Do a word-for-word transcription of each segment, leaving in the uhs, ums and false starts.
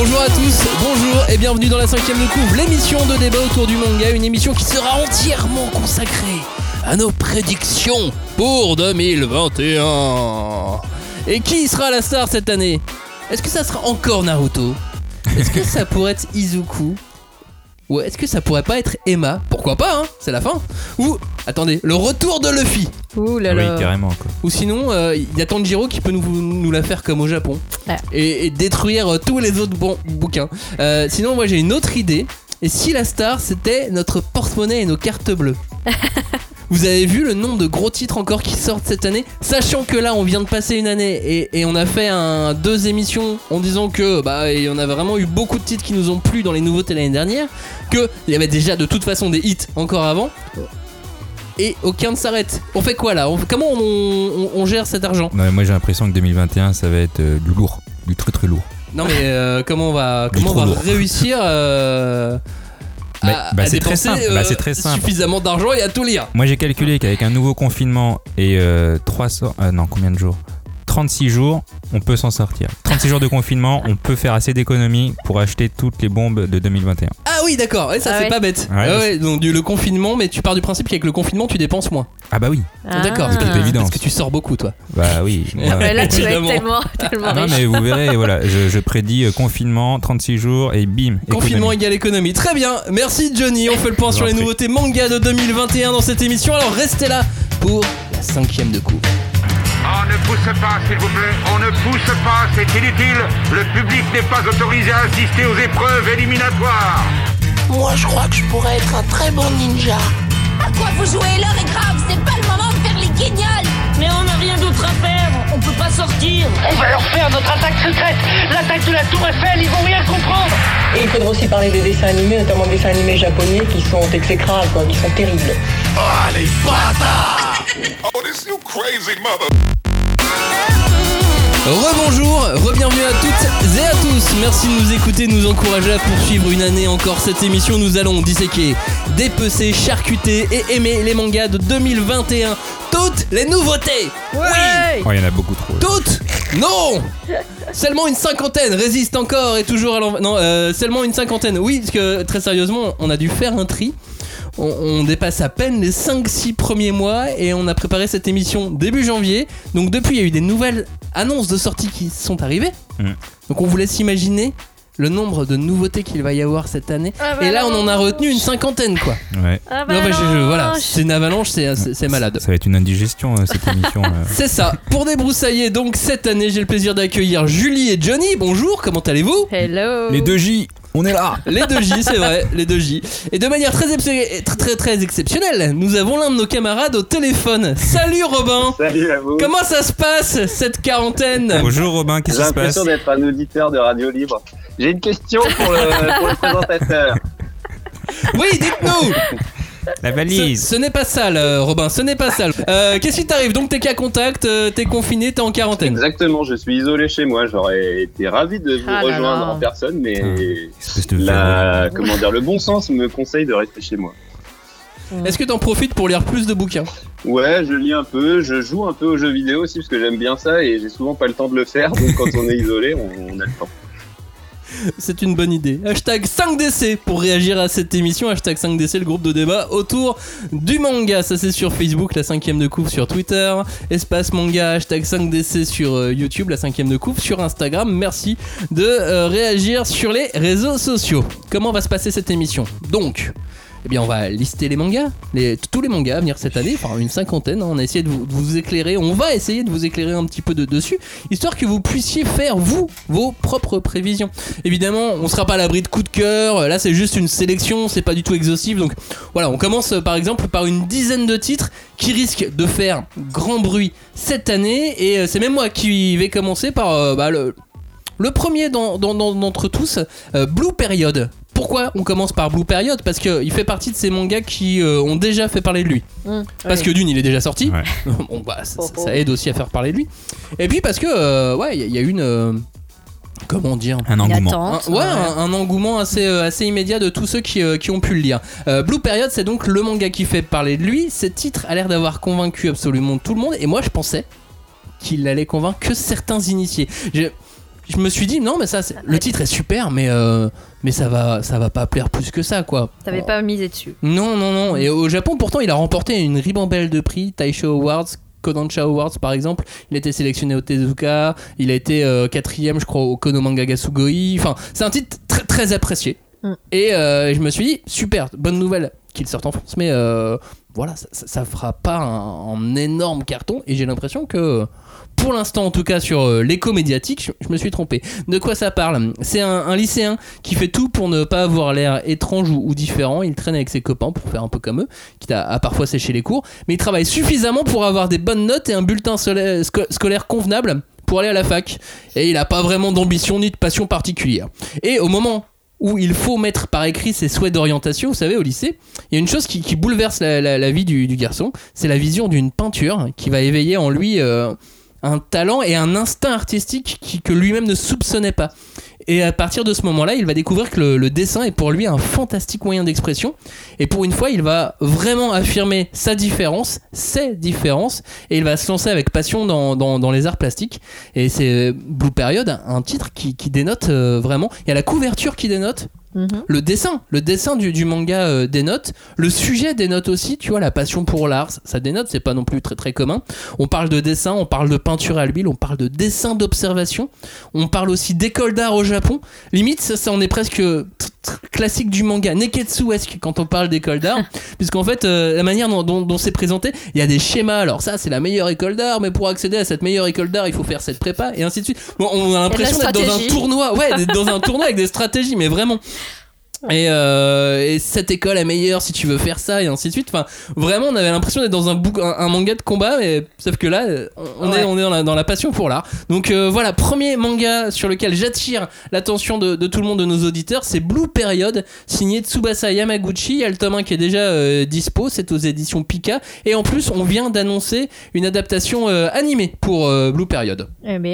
Bonjour à tous, bonjour et bienvenue dans la cinquième de couvre, l'émission de débat autour du manga, une émission qui sera entièrement consacrée à nos prédictions pour deux mille vingt et un. Et qui sera la star cette année ? Est-ce que ça sera encore Naruto ? Est-ce que ça pourrait être Izuku ? Ou est-ce que ça pourrait pas être Emma ? Pourquoi pas, hein ? C'est la fin. Ou, attendez, le retour de Luffy. Ouh là là. Oui, carrément quoi. Ou sinon, il euh, y a Tanjiro qui peut nous, nous la faire comme au Japon. Ah. Et, et détruire euh, tous les autres bons bouquins. Euh, sinon, moi j'ai une autre idée. Et si la star c'était notre porte-monnaie et nos cartes bleues ? Vous avez vu le nombre de gros titres encore qui sortent cette année ? Sachant que là on vient de passer une année et, et on a fait un, deux émissions en disant que bah et on a vraiment eu beaucoup de titres qui nous ont plu dans les nouveautés l'année dernière, qu'il y avait déjà de toute façon des hits encore avant. Et aucun ne s'arrête. On fait quoi là ? on, Comment on, on, on gère cet argent ? Non, mais moi j'ai l'impression que deux mille vingt et un ça va être euh, du lourd, du très très lourd. Non mais euh, comment on va, comment on va lourd. réussir euh, Mais, à, bah, à c'est très dépenser simple. euh, Bah, c'est très simple. suffisamment d'argent et à tout lire. Moi j'ai calculé qu'avec un nouveau confinement et euh, trois cents... Euh, non, combien de jours ? trente-six jours, on peut s'en sortir. trente-six jours de confinement, on peut faire assez d'économies pour acheter toutes les bombes de deux mille vingt et un. Ah oui d'accord, ouais, ça Ah c'est ouais. pas bête. Ouais, Ah ouais, donc du, le confinement, mais tu pars du principe qu'avec le confinement tu dépenses moins. Ah bah oui, Ah. D'accord, c'est parce que, évident. parce que tu sors beaucoup toi. bah oui. Ah bah Ouais. là, tu vas être Évidemment. tellement, tellement Non riche. mais vous verrez, voilà, je, je prédis euh, confinement, trente-six jours et bim, Confinement économie. égale économie. Très bien, merci Johnny. On fait le point Je sur vous les en prie. nouveautés manga de deux mille vingt et un dans cette émission. Alors restez là pour la cinquième de coup. On ne pousse pas, s'il vous plaît. On ne pousse pas, c'est inutile. Le public n'est pas autorisé à assister aux épreuves éliminatoires. Moi, je crois que je pourrais être un très bon ninja. À quoi vous jouez? L'heure est grave, c'est pas le moment de faire les guignols. Mais on n'a rien d'autre à faire, on peut pas sortir. On va leur faire notre attaque secrète, l'attaque de la Tour Eiffel, ils vont rien comprendre. Et il faudra aussi parler des dessins animés, notamment des dessins animés japonais qui sont exécrables, quoi, qui sont terribles. Ah, les bâtards! Oh, this you crazy mother! Rebonjour, re-bienvenue à toutes et à tous. Merci de nous écouter, de nous encourager à poursuivre une année encore cette émission. Nous allons disséquer, dépecer, charcuter et aimer les mangas de deux mille vingt et un. Toutes les nouveautés. Oui. Oh, il y en a beaucoup trop. Toutes. Non. Seulement une cinquantaine résiste encore et toujours à l'envers. Non, euh, seulement une cinquantaine. Oui, parce que très sérieusement, on a dû faire un tri. On, on dépasse à peine les cinq six premiers mois et on a préparé cette émission début janvier. Donc depuis, il y a eu des nouvelles annonces de sorties qui sont arrivées. Mmh. Donc on vous laisse imaginer le nombre de nouveautés qu'il va y avoir cette année. Ah bah et là, on en a non. retenu une cinquantaine, quoi. Ouais. Ah bah Non, bah, je- je- non. voilà, c'est une avalanche, c'est, c'est, c'est malade. Ça va être une indigestion euh, cette émission. euh. C'est ça. Pour débroussailler, donc cette année, j'ai le plaisir d'accueillir Julie et Johnny. Bonjour, comment allez-vous ? Hello. Les deux J, on est là. Les deux J, c'est vrai, les deux J. Et de manière très, ex- très, très, très exceptionnelle, nous avons l'un de nos camarades au téléphone. Salut Robin. Salut à vous. Comment ça se passe, cette quarantaine ? Bonjour Robin, qu'est-ce J'ai qui se passe? l'impression d'être un auditeur de Radio Libre. J'ai une question pour le, pour le présentateur. Oui, dites-nous. La Ce, valise. ce n'est pas sale, euh, Robin, ce n'est pas sale. Euh, qu'est-ce qui t'arrive ? Donc t'es cas contact, euh, t'es confiné, t'es en quarantaine. Exactement, je suis isolé chez moi. J'aurais été ravi de vous Ah là rejoindre là. en personne, mais Espèce de la, comment dire, le bon sens me conseille de rester chez moi. Est-ce que t'en profites pour lire plus de bouquins ? Ouais, je lis un peu, je joue un peu aux jeux vidéo aussi parce que j'aime bien ça et j'ai souvent pas le temps de le faire. Donc quand on est isolé, on, on a le temps. C'est une bonne idée. Hashtag cinq D C pour réagir à cette émission. Hashtag cinq D C, le groupe de débat autour du manga. Ça c'est sur Facebook, la cinquième de couvre sur Twitter. Espace manga, hashtag cinq D C sur euh, YouTube, la cinquième de couvre sur Instagram. Merci de euh, réagir sur les réseaux sociaux. Comment va se passer cette émission ? Donc, eh bien on va lister les mangas, les, tous les mangas à venir cette année, enfin une cinquantaine, hein. On a essayé de vous, de vous éclairer, on va essayer de vous éclairer un petit peu de, dessus, histoire que vous puissiez faire, vous, vos propres prévisions. Évidemment, on sera pas à l'abri de coups de cœur, là c'est juste une sélection, c'est pas du tout exhaustif, donc voilà, on commence par exemple par une dizaine de titres qui risquent de faire grand bruit cette année, et euh, c'est même moi qui vais commencer par euh, bah, le, le premier dans, dans, dans, d'entre tous, euh, Blue Period. Pourquoi on commence par Blue Period ? Parce qu'il fait partie de ces mangas qui euh, ont déjà fait parler de lui. Mmh, Parce oui. que d'une, il est déjà sorti. Ouais. Bon, bah, ça, ça- ça aide aussi à faire parler de lui. Et puis parce que, euh, ouais, il y, y a une. euh, comment dire ? Un Une engouement. attente, Un- ouais, un, un engouement assez, euh, assez immédiat de tous ceux qui, euh, qui ont pu le lire. Euh, Blue Period, c'est donc le manga qui fait parler de lui. Ce titre a l'air d'avoir convaincu absolument tout le monde. Et moi, je pensais qu'il allait convaincre que certains initiés. Je- je me suis dit non mais ça c'est... le titre est super mais euh, mais ça va ça va pas plaire plus que ça quoi. T'avais bon. pas misé dessus. Non non non et au Japon pourtant il a remporté une ribambelle de prix, Taisho Awards, Kodansha Awards par exemple, il a été sélectionné au Tezuka, il a été euh, quatrième je crois au Kono Manga ga Sugoi, enfin c'est un titre très très apprécié. Mm. Et euh, je me suis dit super, bonne nouvelle qu'il sorte en France mais euh, voilà ça, ça, ça fera pas un, un énorme carton et j'ai l'impression que pour l'instant en tout cas sur euh, l'écho médiatique je, je me suis trompé. De quoi ça parle? C'est un, un lycéen qui fait tout pour ne pas avoir l'air étrange ou, ou différent, il traîne avec ses copains pour faire un peu comme eux, quitte à, à parfois sécher les cours, mais il travaille suffisamment pour avoir des bonnes notes et un bulletin solaire, sco- scolaire convenable pour aller à la fac et il a pas vraiment d'ambition ni de passion particulière. Et au moment où il faut mettre par écrit ses souhaits d'orientation, vous savez, au lycée, il y a une chose qui, qui bouleverse la, la, la vie du, du garçon, c'est la vision d'une peinture qui va éveiller en lui euh, un talent et un instinct artistique qui, que lui-même ne soupçonnait pas. Et à partir de ce moment-là, il va découvrir que le, le dessin est pour lui un fantastique moyen d'expression. Et pour une fois, il va vraiment affirmer sa différence, ses différences, et il va se lancer avec passion dans, dans, dans les arts plastiques. Et c'est Blue Period, un titre qui, qui dénote euh, vraiment. Il y a la couverture qui dénote. Mm-hmm. Le dessin, le dessin du, du manga euh, dénote, le sujet dénote aussi, tu vois, la passion pour l'art, ça dénote, c'est pas non plus très très commun. On parle de dessin, on parle de peinture à l'huile, on parle de dessin d'observation, on parle aussi d'école d'art au Japon. Limite, ça, ça on est presque t- t- classique du manga, neketsu-esque quand on parle d'école d'art, puisqu'en fait, euh, la manière dont, dont, dont c'est présenté, il y a des schémas. Alors ça, c'est la meilleure école d'art, mais pour accéder à cette meilleure école d'art, il faut faire cette prépa et ainsi de suite. Bon, on a l'impression d'être dans un tournoi, ouais, d'être dans un tournoi avec des stratégies, mais vraiment. Et, euh, et cette école est meilleure si tu veux faire ça et ainsi de suite. Enfin, vraiment, on avait l'impression d'être dans un, bouc- un, un manga de combat, mais sauf que là, on, on ouais. est, on est dans la, dans la passion pour l'art. Donc euh, voilà, premier manga sur lequel j'attire l'attention de, de tout le monde, de nos auditeurs, c'est Blue Period, signé Tsubasa Yamaguchi. Il y a le tome un qui est déjà euh, dispo, c'est aux éditions Pika. Et en plus, on vient d'annoncer une adaptation euh, animée pour euh, Blue Period. Eh ben.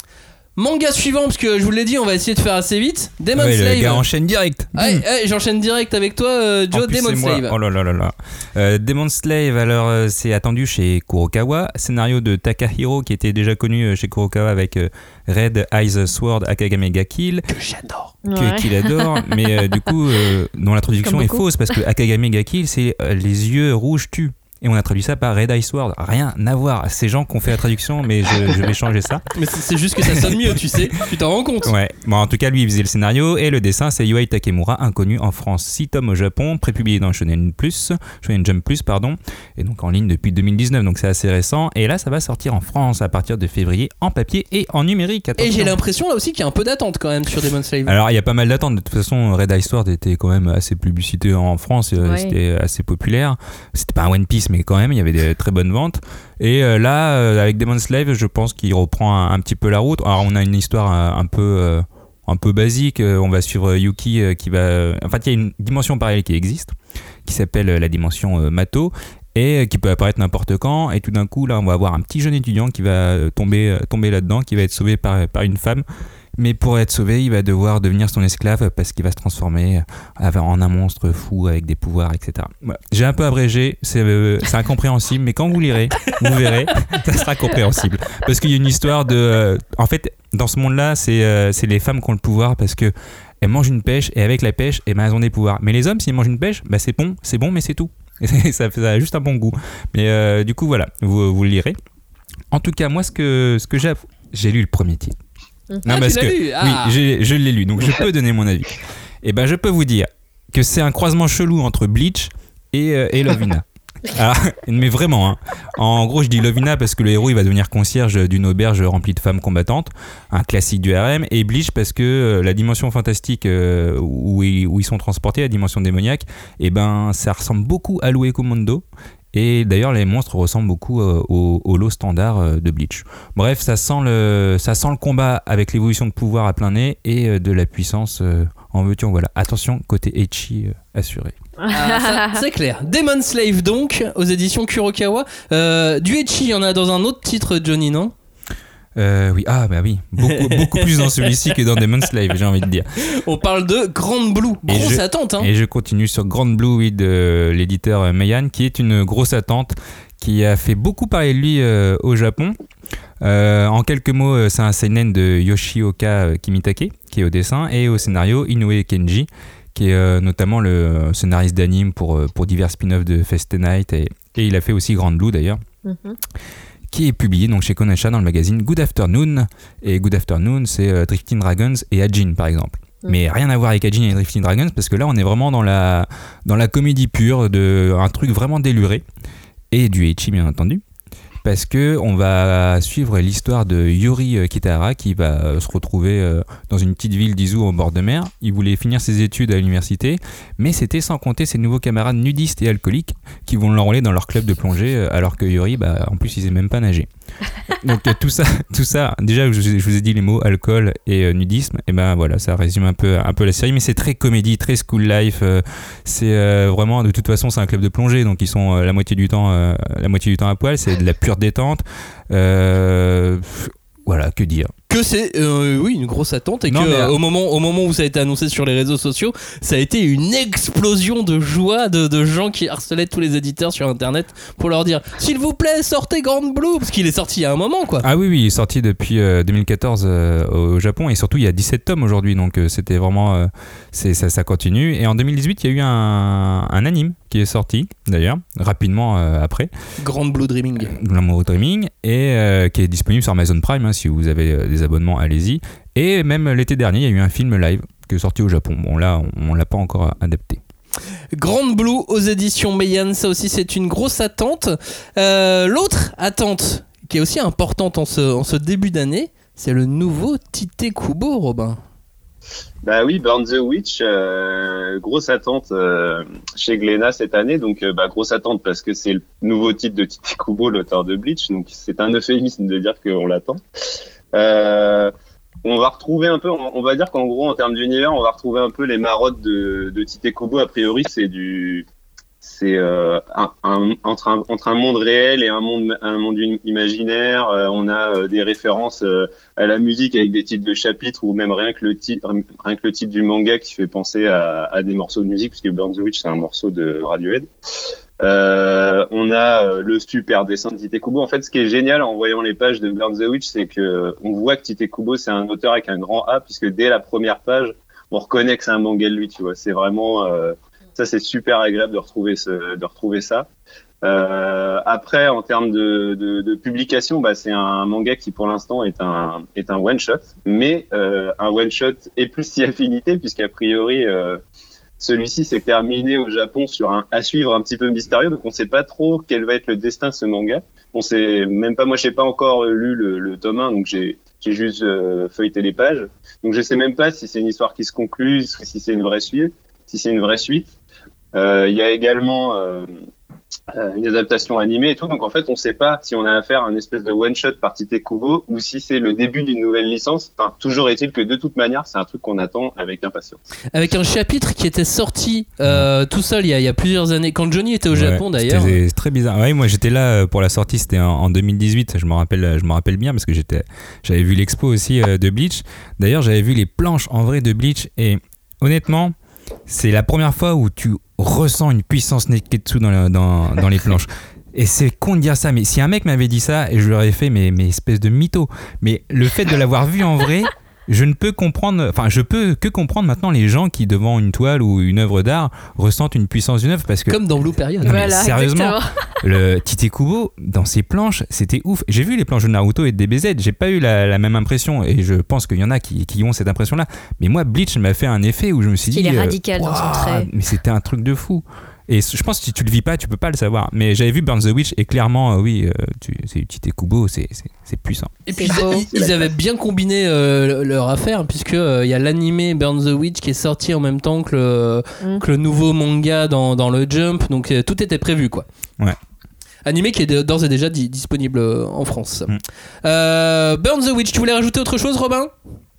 Manga suivant, parce que je vous l'ai dit, on va essayer de faire assez vite. Demon ouais, Slave. Le gars enchaîne direct. Ouais, ouais, j'enchaîne direct avec toi, euh, Joe. En plus, Demon Slave. Moi. Oh là là là là. Euh, Demon Slave, alors euh, c'est attendu chez Kurokawa. Scénario de Takahiro qui était déjà connu chez Kurokawa avec euh, Red Eyes Sword Akagame ga Kill. Que j'adore. Que, ouais. Qu'il adore. Mais euh, du coup, euh, dont la traduction est fausse parce que Akagame ga Kill, c'est euh, les yeux rouges tuent. Et on a traduit ça par Red Eye Sword. Rien à voir. Ces gens qui ont fait la traduction, mais je, je vais changer ça. Mais c'est, c'est juste que ça sonne mieux, tu sais. Tu t'en rends compte. Ouais. Bon, en tout cas, lui, il faisait le scénario et le dessin, c'est Yuhei Takemura, inconnu en France. six tomes au Japon, prépublié dans Shonen Plus, Shonen Jump Plus, pardon. Et donc en ligne depuis deux mille dix-neuf, donc c'est assez récent. Et là, ça va sortir en France à partir de février en papier et en numérique. Attention. Et j'ai l'impression là aussi qu'il y a un peu d'attente quand même sur Demon Slave. Alors, il y a pas mal d'attente. De toute façon, Red Eye Sword était quand même assez publicité en France. Ouais. C'était assez populaire. C'était pas un One Piece, mais quand même, il y avait des très bonnes ventes. Et euh, là, euh, avec Demon Slave, je pense qu'il reprend un, un petit peu la route. Alors, on a une histoire un, un peu, euh, un peu basique. On va suivre Yuki euh, qui va. En fait, il y a une dimension parallèle qui existe, qui s'appelle la dimension euh, Mato, et euh, qui peut apparaître n'importe quand. Et tout d'un coup, là, on va avoir un petit jeune étudiant qui va tomber, euh, tomber là-dedans, qui va être sauvé par, par une femme. Mais pour être sauvé, il va devoir devenir son esclave parce qu'il va se transformer en un monstre fou avec des pouvoirs, et cetera. Voilà. J'ai un peu abrégé, c'est, euh, c'est incompréhensible, mais quand vous lirez, vous verrez, ça sera compréhensible. Parce qu'il y a une histoire de... Euh, en fait, dans ce monde-là, c'est, euh, c'est les femmes qui ont le pouvoir parce que elles mangent une pêche et avec la pêche, eh ben, elles ont des pouvoirs. Mais les hommes, s'ils mangent une pêche, bah, c'est bon, c'est bon, mais c'est tout. Et ça, ça a juste un bon goût. Mais euh, du coup, voilà, vous, vous le lirez. En tout cas, moi, ce que, ce que j'ai... J'ai lu le premier titre. Non, ah, parce tu l'as que, lu ah. Oui, j'ai, je l'ai lu, donc je peux donner mon avis. Et ben, je peux vous dire que c'est un croisement chelou entre Bleach et, euh, et Lovina. Alors, mais vraiment, hein. En gros, je dis Lovina parce que le héros il va devenir concierge d'une auberge remplie de femmes combattantes, un classique du R M, et Bleach parce que euh, la dimension fantastique euh, où, ils, où ils sont transportés, la dimension démoniaque, et ben, ça ressemble beaucoup à l'Ueco Mondo. Et d'ailleurs, les monstres ressemblent beaucoup euh, au, au lot standard euh, de Bleach. Bref, ça sent, le, ça sent le combat avec l'évolution de pouvoir à plein nez et euh, de la puissance euh, en veux-tu, en voilà. Attention, côté ecchi euh, assuré. Ah, ça, c'est clair. Demon Slave donc, aux éditions Kurokawa. Euh, du ecchi, il y en a dans un autre titre, Johnny, non ? Euh, oui, ah bah oui, beaucoup, beaucoup plus dans celui-ci que dans Demon Slave, j'ai envie de dire. On parle de Grand Blue, grosse je, attente. Hein. Et je continue sur Grand Blue, oui, de l'éditeur Meian, qui est une grosse attente, qui a fait beaucoup parler de lui euh, au Japon. Euh, en quelques mots, c'est un seinen de Yoshioka Kimitake qui est au dessin et au scénario Inoue Kenji qui est euh, notamment le scénariste d'anime pour, pour divers spin-offs de Fate Night et, et il a fait aussi Grand Blue d'ailleurs. Mm-hmm. Qui est publié donc chez Kodansha dans le magazine Good Afternoon. Et Good Afternoon, c'est euh, Drifting Dragons et Ajin par exemple. Mm. Mais rien à voir avec Ajin et Drifting Dragons parce que là on est vraiment dans la, dans la comédie pure, de, un truc vraiment déluré. Et du ecchi bien entendu. Parce qu'on va suivre l'histoire de Yuri Kitahara qui va se retrouver dans une petite ville d'Izu au bord de mer. Il voulait finir ses études à l'université, mais c'était sans compter ses nouveaux camarades nudistes et alcooliques qui vont l'enrôler dans leur club de plongée alors que Yuri, bah, en plus, il sait même pas nager. Donc tout ça, tout ça, déjà je, je vous ai dit les mots alcool et euh, nudisme, et ben voilà, ça résume un peu, un peu la série, mais c'est très comédie, très school life. Euh, c'est euh, vraiment, de toute façon, c'est un club de plongée, donc ils sont euh, la moitié du temps, euh, la moitié du temps à poil. C'est de la pure détente. Euh, voilà, que dire. Que c'est euh, oui une grosse attente et non, que euh, au moment au moment où ça a été annoncé sur les réseaux sociaux, ça a été une explosion de joie de, de gens qui harcelaient tous les éditeurs sur internet pour leur dire s'il vous plaît sortez Grand Blue parce qu'il est sorti il y a un moment quoi. Ah oui oui, il est sorti depuis euh, deux mille quatorze euh, au Japon et surtout il y a dix-sept tomes aujourd'hui donc euh, c'était vraiment euh, c'est ça ça continue et en deux mille dix-huit il y a eu un un anime qui est sorti d'ailleurs rapidement euh, après. Grand Blue Dreaming. Grand Blue Dreaming et euh, qui est disponible sur Amazon Prime hein, si vous avez euh, des abonnements, allez-y. Et même l'été dernier, il y a eu un film live qui est sorti au Japon. Bon là, on, on l'a pas encore adapté. Grand Blue aux éditions Meian, ça aussi c'est une grosse attente. Euh, l'autre attente qui est aussi importante en ce, en ce début d'année, c'est le nouveau Tite Kubo, Robin. Bah oui, Burn the Witch, euh, grosse attente euh, chez Glénat cette année, donc euh, bah, grosse attente parce que c'est le nouveau titre de Tite Kubo, l'auteur de Bleach, donc c'est un euphémisme de dire qu'on l'attend. Euh, on va retrouver un peu, on va dire qu'en gros en termes d'univers, on va retrouver un peu les marottes de, de Tite Kubo. A priori, c'est du, c'est euh, un, un, entre, un, entre un monde réel et un monde, un monde imaginaire. Euh, on a euh, des références euh, à la musique avec des titres de chapitres ou même rien que le titre, rien que le titre du manga qui fait penser à, à des morceaux de musique, puisque Burn the Witch c'est un morceau de Radiohead. Euh, on a euh, le super dessin de Tite Kubo. En fait, ce qui est génial en voyant les pages de Burn the Witch, c'est que on voit que Tite Kubo c'est un auteur avec un grand A, puisque dès la première page, on reconnaît que c'est un manga de lui. Tu vois, c'est vraiment euh, ça, c'est super agréable de retrouver ce, de retrouver ça. Euh, après, en termes de, de, de publication, bah, c'est un manga qui pour l'instant est un est un one shot, mais euh, un one shot et plus si affinité, puisqu'a priori euh, celui-ci s'est terminé au Japon sur un à suivre un petit peu mystérieux, donc on sait pas trop quel va être le destin de ce manga. On sait même pas, moi j'ai pas encore lu le, le tome un, donc j'ai j'ai juste euh, feuilleté les pages, donc je sais même pas si c'est une histoire qui se conclut, si c'est une vraie suite, si c'est une vraie suite. Il euh, y a également euh, euh, une adaptation animée et tout, donc en fait on sait pas si on a affaire à une espèce de one shot par Tite Kubo ou si c'est le début d'une nouvelle licence. Enfin, toujours est-il que de toute manière c'est un truc qu'on attend avec impatience. Avec un chapitre qui était sorti euh, tout seul il y, a, il y a plusieurs années quand Johnny était au ouais, Japon d'ailleurs. C'était très bizarre. Ouais, moi j'étais là pour la sortie, c'était en, en deux mille dix-huit. Je me rappelle, je me rappelle bien parce que j'étais, j'avais vu l'expo aussi euh, de Bleach. D'ailleurs j'avais vu les planches en vrai de Bleach et honnêtement c'est la première fois où tu ressens une puissance Neketsu dans, le, dans, dans les planches. Et c'est con de dire ça, mais si un mec m'avait dit ça, et je lui aurais fait, mais, mais espèce de mytho. Mais le fait de l'avoir vu en vrai, je ne peux comprendre, enfin, je peux que comprendre maintenant les gens qui, devant une toile ou une œuvre d'art, ressentent une puissance d'une œuvre parce que. Comme dans Blue Period. Non, voilà, sérieusement, le Tite Kubo, dans ses planches, c'était ouf. J'ai vu les planches de Naruto et de D B Z, j'ai pas eu la, la même impression, et je pense qu'il y en a qui, qui ont cette impression-là. Mais moi, Bleach m'a fait un effet où je me suis dit. Il est radical euh, dans son trait. Mais c'était un truc de fou. Et je pense que si tu le vis pas, tu peux pas le savoir. Mais j'avais vu Burn the Witch et clairement, euh, oui, euh, tu, c'est Tite Kubo, c'est, c'est, c'est puissant. Et puis ils, ils avaient bien combiné euh, leur affaire, puisque il euh, y a l'animé Burn the Witch qui est sorti en même temps que le, mm. que le nouveau manga dans, dans le Jump, donc euh, tout était prévu quoi. Ouais. Animé qui est d'ores et déjà di- disponible en France. Mm. Euh, Burn the Witch, tu voulais rajouter autre chose, Robin ?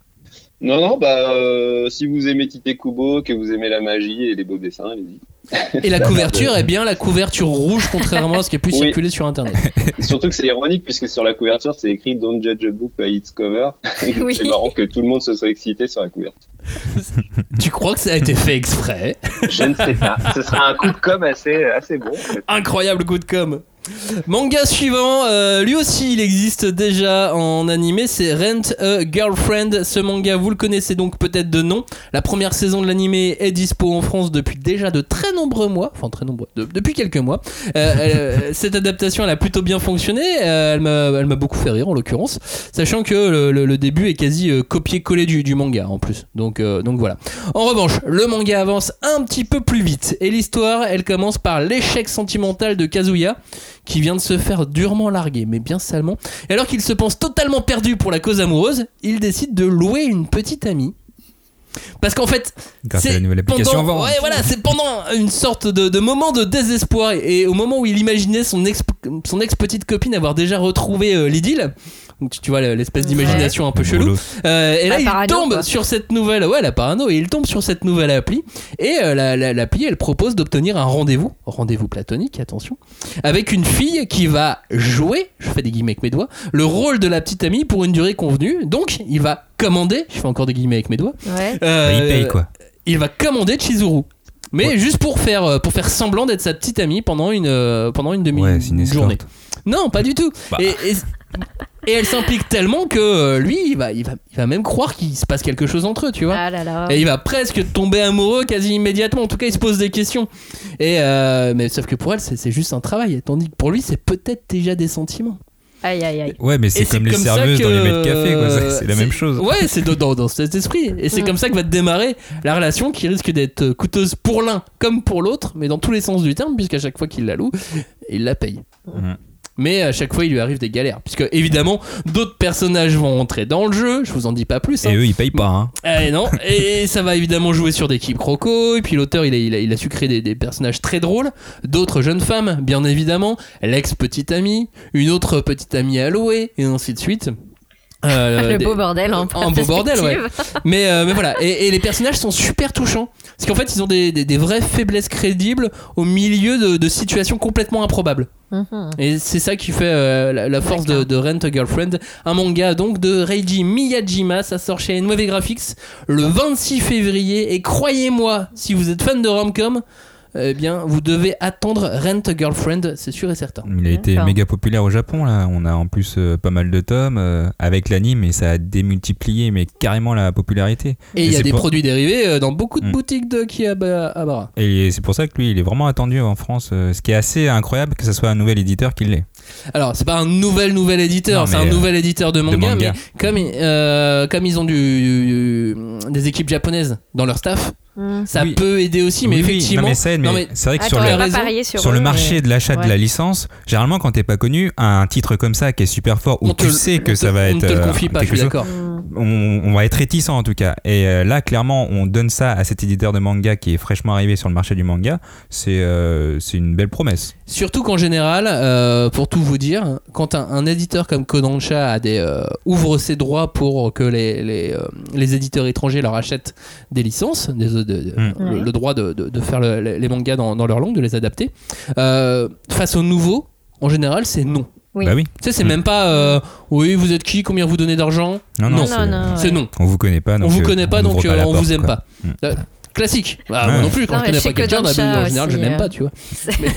Non, non, bah, euh, si vous aimez Tite Kubo, que vous aimez la magie et les beaux dessins, allez-y. Et la couverture est bien la couverture rouge, contrairement à ce qui est plus oui. circulé sur internet. Surtout que c'est ironique, puisque sur la couverture, c'est écrit Don't judge a book by its cover. Oui. C'est marrant que tout le monde se soit excité sur la couverture. Tu crois que ça a été fait exprès? Je ne sais pas. Ce sera un coup de com' assez, assez bon. En fait. Incroyable coup de com'. Manga suivant, euh, lui aussi il existe déjà en animé, c'est Rent a Girlfriend. Ce manga vous le connaissez donc peut-être de nom. La première saison de l'animé est dispo en France depuis déjà de très nombreux mois, enfin très nombreux, de, depuis quelques mois. Euh, euh, cette adaptation elle a plutôt bien fonctionné, euh, elle, m'a, elle m'a beaucoup fait rire en l'occurrence, sachant que le, le, le début est quasi euh, copié-collé du, du manga en plus. Donc, euh, donc voilà. En revanche, le manga avance un petit peu plus vite et l'histoire elle commence par l'échec sentimental de Kazuya, qui vient de se faire durement larguer, mais bien salement. Et alors qu'il se pense totalement perdu pour la cause amoureuse, il décide de louer une petite amie. Parce qu'en fait, grâce c'est à la nouvelle application pendant, ouais, voilà, c'est pendant une sorte de, de moment de désespoir et, et au moment où il imaginait son ex, son ex petite copine avoir déjà retrouvé euh, l'idylle. Donc tu, tu vois l'espèce d'imagination ouais. un peu chelou. Euh, et là la il parano, tombe quoi. sur cette nouvelle, ouais la parano, et il tombe sur cette nouvelle appli. Et euh, la, la, l'appli elle propose d'obtenir un rendez-vous, rendez-vous platonique, attention, avec une fille qui va jouer, je fais des guillemets avec mes doigts, le rôle de la petite amie pour une durée convenue. Donc il va commander, je fais encore des guillemets avec mes doigts. Ouais. Euh, il paye quoi. Il va commander Chizuru. Mais ouais. juste pour faire, pour faire semblant d'être sa petite amie pendant une, pendant une demi-journée. Ouais, non, pas du tout. Bah. Et, et, et elle s'implique tellement que lui, il va, il, va, il va même croire qu'il se passe quelque chose entre eux, tu vois. Ah là là. Et il va presque tomber amoureux quasi immédiatement. En tout cas, il se pose des questions. Et euh, mais sauf que pour elle, c'est, c'est juste un travail. Tandis que pour lui, c'est peut-être déjà des sentiments. Aïe aïe aïe. Ouais, mais c'est, c'est comme les serveuses que... dans les mecs de café, quoi. C'est, c'est la c'est... même chose. Ouais, c'est dans, dans cet esprit. Et c'est mmh. comme ça que va démarrer la relation qui risque d'être coûteuse pour l'un comme pour l'autre, mais dans tous les sens du terme, puisqu'à chaque fois qu'il la loue, il la paye. Mmh. Mais à chaque fois, il lui arrive des galères. Puisque, évidemment, d'autres personnages vont entrer dans le jeu. Je vous en dis pas plus. Hein. Et eux, ils payent pas. Hein. Eh non. Et ça va évidemment jouer sur des quiproquos. Et puis l'auteur, il a, il a, il a su créer des, des personnages très drôles. D'autres jeunes femmes, bien évidemment. L'ex-petite amie. Une autre petite amie à louer. Et ainsi de suite. Euh, le des... beau bordel en un beau bordel ouais mais euh, mais voilà et, et les personnages sont super touchants parce qu'en fait ils ont des, des, des vraies faiblesses crédibles au milieu de, de situations complètement improbables. Mm-hmm. Et c'est ça qui fait euh, la, la force de, de Rent a Girlfriend, un manga donc de Reiji Miyajima. Ça sort chez N W Graphics le vingt-six février et croyez-moi, si vous êtes fan de rom-com, eh bien, vous devez attendre Rent a Girlfriend, c'est sûr et certain. Il a été méga populaire au Japon, là. On a en plus euh, pas mal de tomes euh, avec l'anime et ça a démultiplié, mais carrément la popularité. Et il y a des pour... produits dérivés euh, dans beaucoup de mmh. boutiques de Akihabara. Et c'est pour ça que lui, il est vraiment attendu en France. Euh, ce qui est assez incroyable que ce soit un nouvel éditeur qui l'est. Alors, c'est pas un nouvel nouvel éditeur, non, c'est un euh, nouvel éditeur de manga, de manga. mais comme, euh, comme ils ont du, du, des équipes japonaises dans leur staff. Mmh. Ça oui. peut aider aussi, mais oui, effectivement. Non mais, c'est, mais non mais c'est vrai que attends, sur, le, sur, sur eux, le marché mais... de l'achat ouais. de la licence, généralement quand t'es pas connu, un titre comme ça qui est super fort, où on tu te, sais que ça te, va on être. On te le confie pas, je suis d'accord. On, on va être réticent en tout cas. Et euh, là, clairement, on donne ça à cet éditeur de manga qui est fraîchement arrivé sur le marché du manga. C'est, euh, c'est une belle promesse. Surtout qu'en général, euh, pour tout vous dire, quand un, un éditeur comme Kodansha a des, euh, ouvre ses droits pour que les, les, euh, les éditeurs étrangers leur achètent des licences, des, de, de, mmh. le, le droit de, de, de faire le, les mangas dans, dans leur langue, de les adapter, euh, face aux nouveaux, en général, c'est non. Oui. Bah oui. Tu sais, c'est mmh. même pas euh, oui, vous êtes qui, combien vous donnez d'argent. Non, non, non, c'est, non, c'est non. On vous connaît pas, donc on vous connaît pas, donc euh, on porte, vous aime quoi. pas. Mmh. Euh, classique. Bah, ouais. Moi non plus, quand non, je connais pas quelqu'un, en général, je l'aime euh... pas, tu vois. Mais...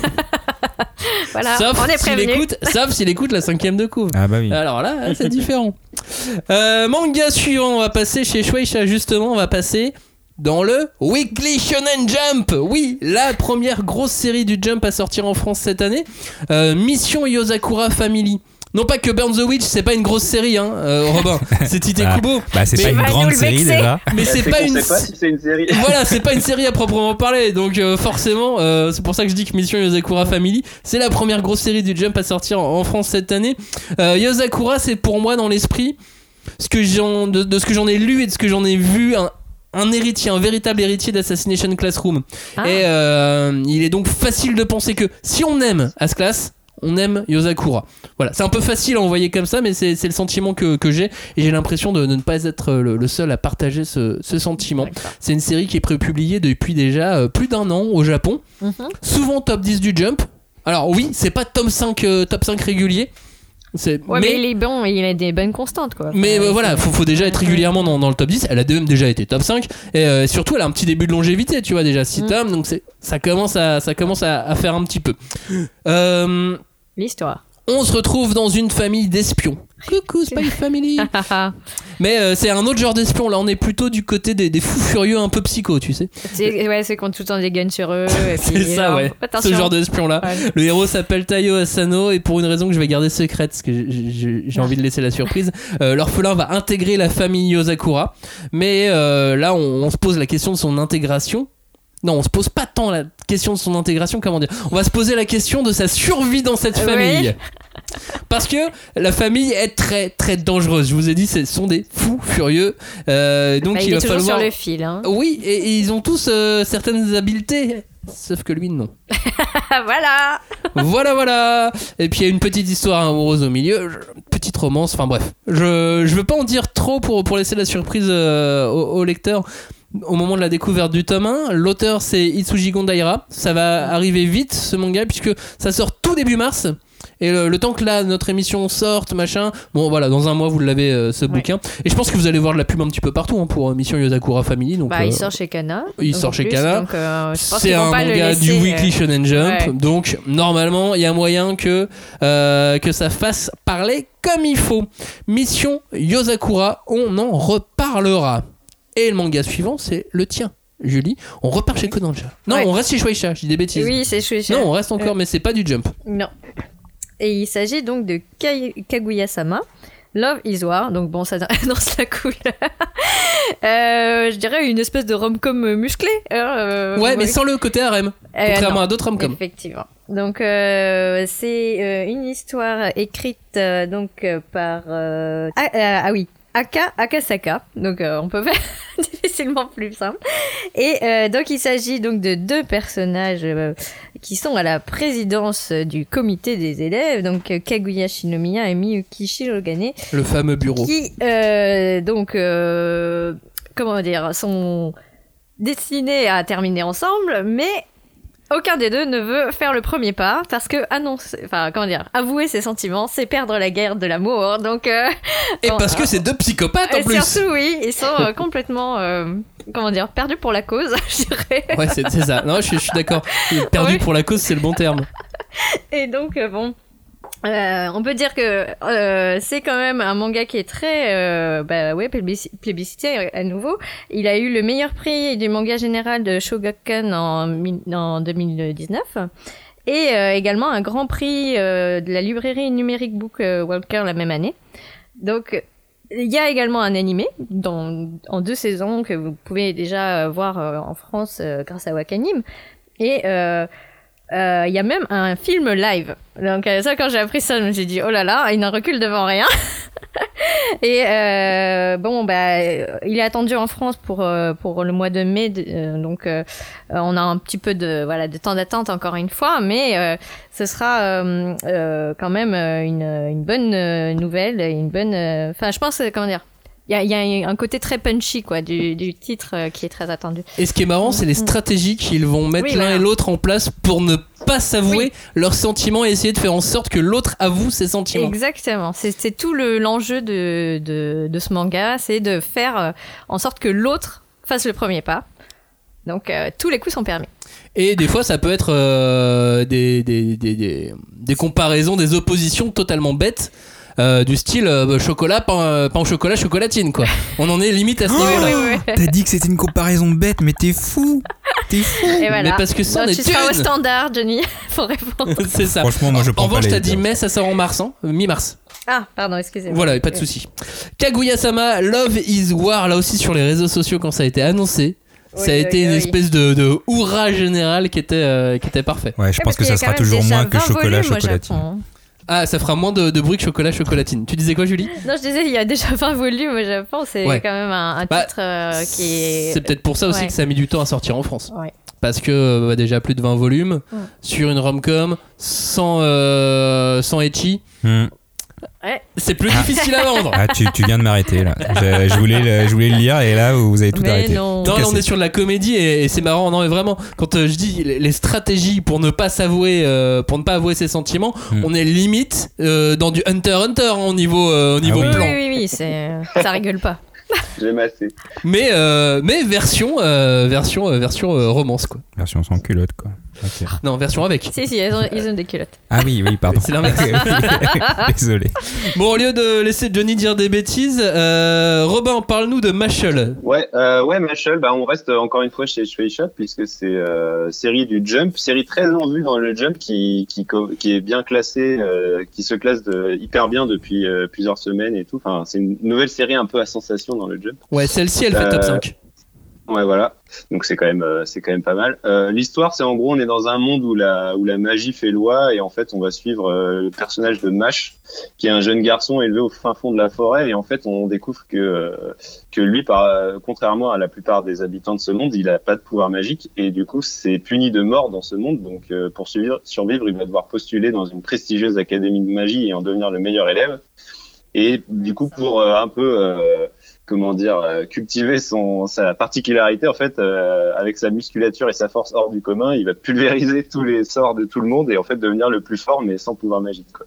voilà, sauf on est s'il écoute, sauf s'il écoute la cinquième de couvre. Ah bah oui. Alors là, c'est différent. euh, manga suivant, on va passer chez Shueisha, justement, on va passer dans le Weekly Shonen Jump. Oui, la première grosse série du Jump à sortir en France cette année. Euh, Mission Yozakura Family. Non pas que Burn the Witch, c'est pas une grosse série, hein, euh, Robin. C'est Tite bah, Kubo. Bah, c'est mais pas une grande série déjà. Mais c'est, c'est pas une. Je sais pas si c'est une série. Voilà, c'est pas une série à proprement parler. Donc euh, forcément, euh, c'est pour ça que je dis que Mission Yozakura Family, c'est la première grosse série du Jump à sortir en, en France cette année. Euh, Yozakura, c'est pour moi dans l'esprit ce que j'en, de, de ce que j'en ai lu et de ce que j'en ai vu. Un, un héritier, un véritable héritier d'Assassination Classroom. Ah. Et euh, il est donc facile de penser que si on aime As-Class, on aime Yozakura. Voilà, c'est un peu facile à envoyer comme ça, mais c'est, c'est le sentiment que, que j'ai, et j'ai l'impression de, de ne pas être le, le seul à partager ce, ce sentiment. D'accord. C'est une série qui est prépubliée depuis déjà euh, plus d'un an au Japon, mm-hmm. souvent top dix du Jump. Alors oui, c'est pas top cinq, euh, top cinq régulier, C'est... Ouais, mais... mais il est bon, il a des bonnes constantes, quoi. Mais enfin, euh, voilà, faut, faut déjà être régulièrement dans, dans le top dix. Elle a même déjà été top cinq. Et euh, surtout, elle a un petit début de longévité, tu vois, déjà six mm. tomes. Donc c'est, ça commence, à, ça commence à, à faire un petit peu. Euh, L'histoire. On se retrouve dans une famille d'espions. Coucou Spy Family. Mais euh, c'est un autre genre d'espion. Là, on est plutôt du côté des, des fous furieux un peu psycho, tu sais. C'est, ouais, c'est qu'on tout le temps des guns sur eux. Et puis, c'est ça, genre, ouais. attention. Ce genre d'espion-là. Ouais. Le héros s'appelle Taiyo Asano et pour une raison que je vais garder secrète, parce que j'ai, j'ai, j'ai envie de laisser la surprise, euh, l'orphelin va intégrer la famille Yozakura. Mais euh, là, on, on se pose la question de son intégration. Non, on se pose pas tant la question de son intégration, comment dire. On va se poser la question de sa survie dans cette famille. Oui. Parce que la famille est très très dangereuse. Je vous ai dit, ce sont des fous furieux. Euh, donc bah, il, il est va toujours falloir. Sur le fil. Hein. Oui, et, et ils ont tous euh, certaines habiletés. Sauf que lui, non. Voilà. Voilà, voilà. Et puis il y a une petite histoire amoureuse au milieu, petite romance. Enfin bref, je je veux pas en dire trop pour pour laisser la surprise euh, au, au lecteur. Au moment de la découverte du tome un, l'auteur c'est Itsuji Gondaira. Ça va arriver vite ce manga puisque ça sort tout début mars. Et le, le temps que là notre émission sorte, machin, bon voilà, dans un mois vous l'avez euh, ce ouais. bouquin. Et je pense que vous allez voir de la pub un petit peu partout hein, pour euh, Mission Yozakura Family. Donc, bah, euh, il sort chez Kana. Il sort chez plus, Kana. Donc, euh, c'est un manga laisser, du Weekly euh... Shonen Jump. Ouais. Donc normalement il y a moyen que, euh, que ça fasse parler comme il faut. Mission Yozakura, on en reparlera. Et le manga suivant, c'est le tien, Julie. On repart chez Kodansha. Non, ouais. on reste chez Shueisha, je dis des bêtises. Oui, c'est Shueisha. Non, on reste encore, euh... mais c'est pas du Jump. Non. Et il s'agit donc de Kaguya-sama, Love is War. Donc bon, ça annonce la couleur. euh, je dirais une espèce de rom-com musclé. Euh, ouais, mais sans le côté harem. Euh, contrairement non, à d'autres rom-com. Effectivement. Donc euh, c'est euh, une histoire écrite euh, donc euh, par... Euh... Ah, euh, ah oui. Aka Akasaka, donc euh, on peut faire difficilement plus simple. Et euh, donc il s'agit donc de deux personnages euh, qui sont à la présidence du comité des élèves, donc Kaguya Shinomiya et Miyuki Shirogane. Le fameux bureau. Qui euh, donc euh, comment dire sont destinés à terminer ensemble, mais aucun des deux ne veut faire le premier pas parce que annoncer, enfin comment dire, avouer ses sentiments, c'est perdre la guerre de l'amour. Donc euh, et bon, parce que c'est deux psychopathes en plus. Surtout oui, ils sont euh, complètement euh, comment dire, perdus pour la cause, je dirais. Ouais, c'est, c'est ça. Non, je suis, je suis d'accord. Perdu ouais. pour la cause, c'est le bon terme. Et donc euh, bon. Euh, on peut dire que euh, c'est quand même un manga qui est très euh, bah ouais plébiscité à nouveau. Il a eu le meilleur prix du manga général de Shogakukan en, en deux mille dix-neuf et euh, également un grand prix euh, de la librairie numérique Book Walker la même année. Donc il y a également un animé dans, en deux saisons que vous pouvez déjà voir euh, en France euh, grâce à Wakanim et euh, il euh, y a même un film live. Donc euh, ça, quand j'ai appris ça, j'ai dit oh là là, il n'en recule devant rien. Et euh, bon bah il est attendu en France pour euh, pour le mois de mai, de, euh, donc euh, on a un petit peu de voilà de temps d'attente encore une fois, mais euh, ce sera euh, euh, quand même une une bonne nouvelle, une bonne. Enfin, euh, je pense comment dire. Il y, y a un côté très punchy quoi, du, du titre euh, qui est très attendu. Et ce qui est marrant, c'est les stratégies qu'ils vont mettre oui, l'un voilà. et l'autre en place pour ne pas s'avouer oui. leurs sentiments et essayer de faire en sorte que l'autre avoue ses sentiments. Exactement. C'est, c'est tout le, l'enjeu de, de, de ce manga, c'est de faire euh, en sorte que l'autre fasse le premier pas. Donc euh, tous les coups sont permis. Et des fois, ça peut être euh, des, des, des, des, des comparaisons, des oppositions totalement bêtes. Euh, du style euh, chocolat, pain, pain au chocolat, chocolatine quoi. On en est limite à ce niveau-là. Oui, oui. T'as dit que c'était une comparaison bête, mais t'es fou. T'es fou. Et voilà. Mais parce que ça, on est tu seras au standard, Johnny. Faut répondre. C'est ça. Franchement, moi je prends en pas revanche, les... t'as dit mai, ça sort en mars, hein, mi-mars. Ah, pardon, excusez-moi. Voilà, pas de souci. Kaguya-sama, Love is War, là aussi sur les réseaux sociaux quand ça a été annoncé. Oui, ça a oui, été oui, une oui. espèce de, de hurrah général qui était, euh, qui était parfait. Ouais, je ouais, pense que ça sera toujours moins que chocolat, chocolatine. Ah, ça fera moins de, de bruit que chocolat chocolatine. Tu disais quoi, Julie ? Non, je disais, il y a déjà vingt volumes au Japon. C'est ouais. quand même un, un bah, titre euh, qui est... C'est peut-être pour ça aussi ouais. que ça a mis du temps à sortir en France. Ouais. Parce que bah, déjà plus de vingt volumes, mm. sur une rom-com, sans, euh, sans ecchi. Mm. Ouais. C'est plus difficile à vendre. Ah, tu, tu viens de m'arrêter là. Je, je, voulais, le, je voulais le lire et là vous avez tout mais arrêté. Non, non là, on est sur de la comédie et, et c'est marrant. Non mais vraiment, quand euh, je dis les, les stratégies pour ne pas s'avouer, euh, pour ne pas avouer ses sentiments, hmm. on est limite euh, dans du Hunter x Hunter hein, au niveau, euh, au niveau ah, oui. plan. Oui, oui, oui, c'est... ça rigole pas. J'ai massé. Mais, euh, mais version, euh, version, euh, version euh, romance quoi. Version sans culotte quoi. Okay. Non, version avec. Si, si, ils ont, ils ont des culottes. Ah oui, oui, pardon. C'est l'inverse. Désolé. Bon, au lieu de laisser Johnny dire des bêtises, euh, Robin, parle-nous de Mashle. Ouais, euh, ouais, Mashle, bah, on reste encore une fois chez Shueisha puisque c'est euh, série du Jump, série très en vue dans le Jump qui, qui, qui est bien classée, euh, qui se classe de, hyper bien depuis euh, plusieurs semaines et tout. Enfin, c'est une nouvelle série un peu à sensation dans le Jump. Ouais, celle-ci, elle fait euh, top cinq. Ouais, voilà. Donc c'est quand même, euh, c'est quand même pas mal. Euh, l'histoire, c'est en gros, on est dans un monde où la, où la magie fait loi et en fait, on va suivre euh, le personnage de Mash, qui est un jeune garçon élevé au fin fond de la forêt et en fait, on découvre que euh, que lui, par, euh, contrairement à la plupart des habitants de ce monde, il a pas de pouvoir magique et du coup, c'est puni de mort dans ce monde. Donc euh, pour survivre, survivre, il va devoir postuler dans une prestigieuse académie de magie et en devenir le meilleur élève. Et du coup, pour euh, un peu euh, comment dire, euh, cultiver son sa particularité en fait, euh, avec sa musculature et sa force hors du commun, il va pulvériser tous les sorts de tout le monde et en fait devenir le plus fort mais sans pouvoir magique quoi.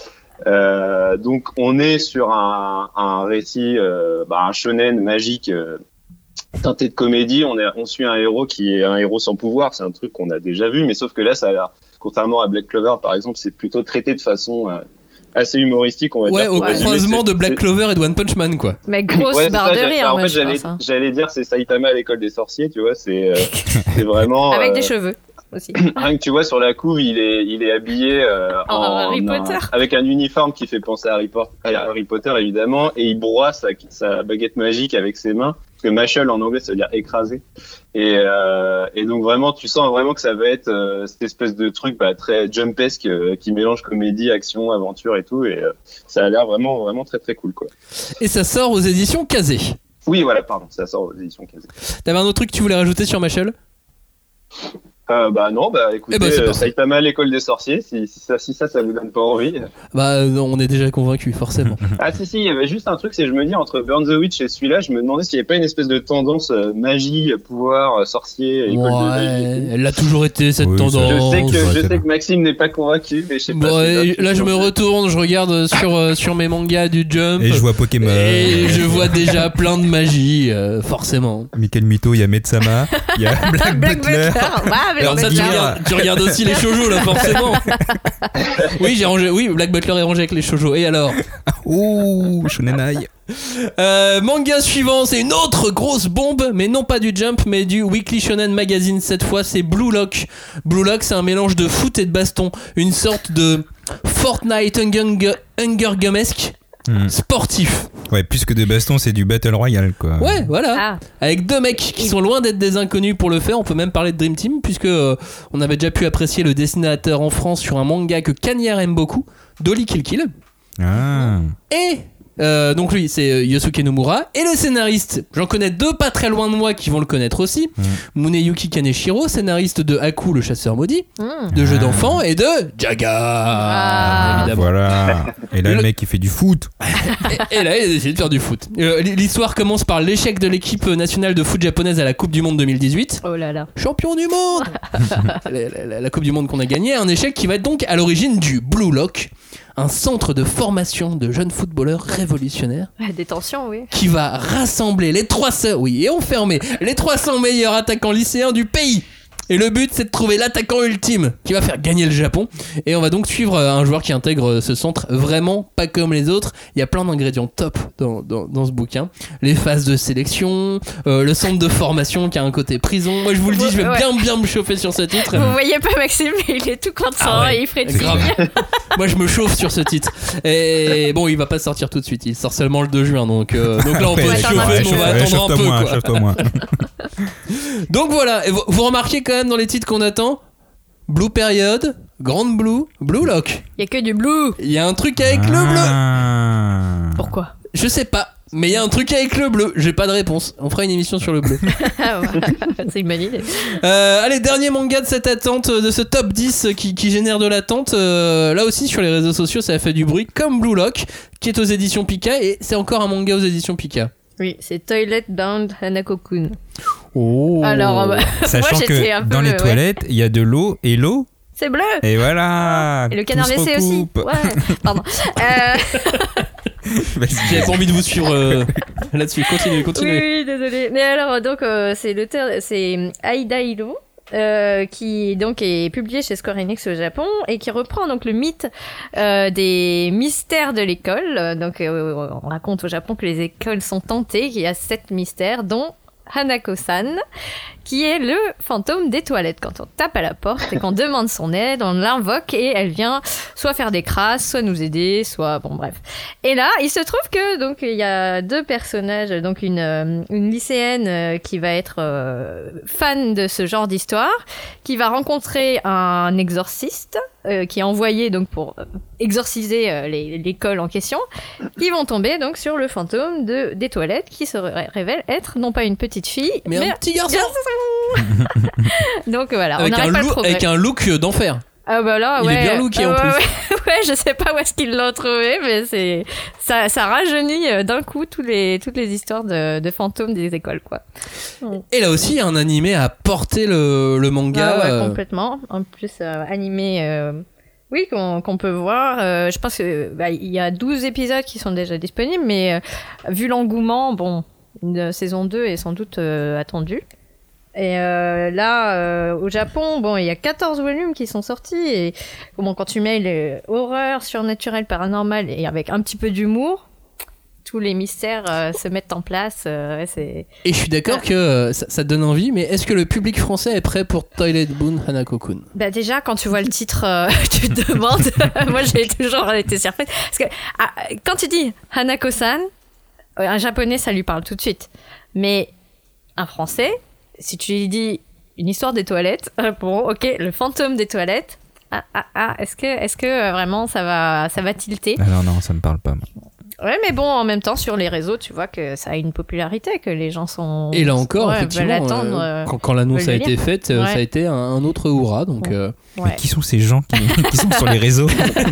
Euh, donc on est sur un, un récit, euh, bah, un shonen magique euh, teinté de comédie. On est, on suit un héros qui est un héros sans pouvoir. C'est un truc qu'on a déjà vu, mais sauf que là, ça a l'air, contrairement à Black Clover par exemple, c'est plutôt traité de façon euh, assez humoristique, on va ouais, dire. Au Ouais, croisement de Black Clover et de One Punch Man, quoi. Mais grosse ouais, barre ça, de rire, bah, en moi, fait, je j'allais, pense, hein. j'allais dire, c'est Saitama à l'école des sorciers, tu vois, c'est, euh, c'est vraiment. Avec euh, des cheveux aussi. Rien que tu vois sur la couve, il est, il est habillé euh, en, en Harry un, Potter, avec un uniforme qui fait penser à Harry, Potter, à Harry Potter évidemment, et il broie sa, sa baguette magique avec ses mains. Parce que Mashle en anglais ça veut dire écraser et euh, et donc vraiment tu sens vraiment que ça va être euh, cette espèce de truc bah, très jumpesque euh, qui mélange comédie, action, aventure et tout et euh, ça a l'air vraiment vraiment très très cool quoi. Et ça sort aux éditions Kazé. Oui voilà pardon ça sort aux éditions Kazé. T'avais un autre truc que tu voulais rajouter sur Mashle? Euh, bah non, bah écoutez, eh ben, euh, Saitama l'école des sorciers, si, si, ça, si ça, ça vous donne pas envie. Bah non, on est déjà convaincus, forcément. Ah si, si, il y avait juste un truc, c'est je me dis, entre Burn the Witch et celui-là, je me demandais s'il n'y avait pas une espèce de tendance euh, magie, pouvoir, euh, sorcier, école ouais, de magie. Elle a toujours été, cette oui, tendance. Je sais que, ouais, je sais bien. que Maxime n'est pas convaincu, mais je sais pas. Bon, si là, je me retourne, je regarde sur, euh, sur mes mangas du Jump. Et je vois Pokémon. Et je vois déjà plein de magie, euh, forcément. Michael Mito, il y a Metsama, il y a Black, Black Butler. Butler. Ouais, Black Alors ça, tu Butler. regardes, tu regardes aussi les shoujo là, forcément. Oui, j'ai rangé. Oui, Black Butler est rangé avec les shoujo. Et alors? Ouh, Shonenai. Euh, manga suivant, c'est une autre grosse bombe, mais non pas du Jump, mais du Weekly Shonen Magazine. Cette fois, c'est Blue Lock. Blue Lock, c'est un mélange de foot et de baston, une sorte de Fortnite Hunger, Hunger Gamesque. Mmh. Sportif. Ouais, plus que des bastons, c'est du Battle Royale, quoi. Ouais, voilà. Ah. Avec deux mecs qui sont loin d'être des inconnus pour le faire. On peut même parler de Dream Team, puisque euh, on avait déjà pu apprécier le dessinateur en France sur un manga que Cagnard aime beaucoup, Dolly Kill Kill. Ah. Et euh, donc lui, c'est euh, Yosuke Nomura. Et le scénariste, j'en connais deux pas très loin de moi qui vont le connaître aussi. Mmh. Muneyuki Kaneshiro, scénariste de Haku, le chasseur maudit, mmh. de jeux ah. d'enfants, et de Jaga, ah. évidemment. Voilà. Et là, le mec, il fait du foot. et, et là, il a décidé de faire du foot. Euh, l'histoire commence par l'échec de l'équipe nationale de foot japonaise à la Coupe du Monde deux mille dix-huit. Oh là là. Champion du monde. la, la, la Coupe du Monde qu'on a gagnée. Un échec qui va être donc à l'origine du Blue Lock, un centre de formation de jeunes footballeurs révolutionnaires. Des tensions, oui. Qui va rassembler les trois cents, oui, et on fermait les trois cents meilleurs attaquants lycéens du pays. Et le but, c'est de trouver l'attaquant ultime qui va faire gagner le Japon. Et on va donc suivre un joueur qui intègre ce centre vraiment pas comme les autres. Il y a plein d'ingrédients top dans, dans, dans ce bouquin. Les phases de sélection, euh, le centre de formation qui a un côté prison. Moi, je vous le dis, je vais ouais. bien bien me chauffer sur ce titre. Vous voyez pas Maxime, il est tout content, ah ouais, et il ferait de grave. Moi, je me chauffe sur ce titre. Et bon, il va pas sortir tout de suite. Il sort seulement le deux juin. Donc, euh, donc là, on peut se chauffer, mais on va attendre un peu. Moins, quoi. Moins. Donc voilà, et vous, vous remarquez quand même dans les titres qu'on attend, Blue Period, Grande Blue, Blue Lock. Il y a que du blue. Il y a un truc avec ah. le bleu. Pourquoi? Je sais pas. Mais il y a un truc avec le bleu, j'ai pas de réponse. On fera une émission sur le bleu. C'est une bonne idée. Euh, allez, dernier manga de cette attente, de ce top dix qui, qui génère de l'attente. Euh, là aussi, sur les réseaux sociaux, ça a fait du bruit, comme Blue Lock, qui est aux éditions Pika, et c'est encore un manga aux éditions Pika. Oui, c'est Toilet Bound Hanako-kun. Oh. Alors, bah, sachant moi, que un peu, dans les ouais. toilettes, il y a de l'eau et l'eau. C'est bleu. Et voilà. Et le canard tout se W C aussi. recoupe. Ouais. Pardon. Euh... J'avais pas envie de vous suivre euh, là-dessus. Continuez, continuez. Oui, oui, désolé. Mais alors, donc, euh, c'est l'auteur, c'est Aida Hiro. Euh, qui donc est publié chez Square Enix au Japon et qui reprend donc le mythe euh, des mystères de l'école. Donc euh, on raconte au Japon que les écoles sont tentées, qu'il y a sept mystères, dont Hanako-san, qui est le fantôme des toilettes. Quand on tape à la porte et qu'on demande son aide, on l'invoque et elle vient soit faire des crasses, soit nous aider, soit bon bref. Et là, il se trouve que donc il y a deux personnages, donc une euh, une lycéenne euh, qui va être euh, fan de ce genre d'histoire, qui va rencontrer un exorciste euh, qui est envoyé donc pour euh, exorciser euh, les, l'école en question. Ils vont tomber donc sur le fantôme de des toilettes qui se ré- révèle être non pas une petite fille, mais, mais un petit garçon. Donc voilà, avec on n'arrête un pas look, de progrès. avec un look d'enfer. Ah bah là, il ouais. est bien looké euh, en ouais, plus. Ouais, ouais, je sais pas où est-ce qu'il l'a trouvé, mais c'est ça, ça rajeunit d'un coup tous les toutes les histoires de, de fantômes des écoles, quoi. Et là aussi, il y a un animé à porter le, le manga. Ah ouais, euh... complètement. En plus, euh, animé. Euh... Oui, qu'on, qu'on peut voir. Euh, je pense qu'il bah, y a douze épisodes qui sont déjà disponibles, mais euh, vu l'engouement, bon, une saison deux est sans doute euh, attendue. Et euh, là, euh, au Japon, bon, il y a quatorze volumes qui sont sortis. Et bon, quand tu mets les horreurs, surnaturelles, paranormales et avec un petit peu d'humour, tous les mystères euh, se mettent en place. Euh, ouais, c'est... Et je suis d'accord ah. que euh, ça, ça donne envie, mais est-ce que le public français est prêt pour Toilet Bound Hanako-kun ? Bah déjà, quand tu vois le titre, euh, tu te demandes. Moi, j'ai toujours été surprise. Parce que ah, quand tu dis Hanako-san, un japonais, ça lui parle tout de suite. Mais un français, si tu lui dis une histoire des toilettes, bon, ok, le fantôme des toilettes, ah, ah, ah, est-ce que, est-ce que euh, vraiment ça va, ça va tilter ? Ah non, non, ça me parle pas. Moi. Ouais, mais bon, en même temps, sur les réseaux, tu vois que ça a une popularité, que les gens sont... Et là encore, ouais, effectivement, attendre, euh, quand, quand l'annonce a été faite, ouais. Ça a été un, un autre hurrah, donc... Ouais. Euh... Ouais. Mais qui sont ces gens qui, qui sont sur les réseaux ?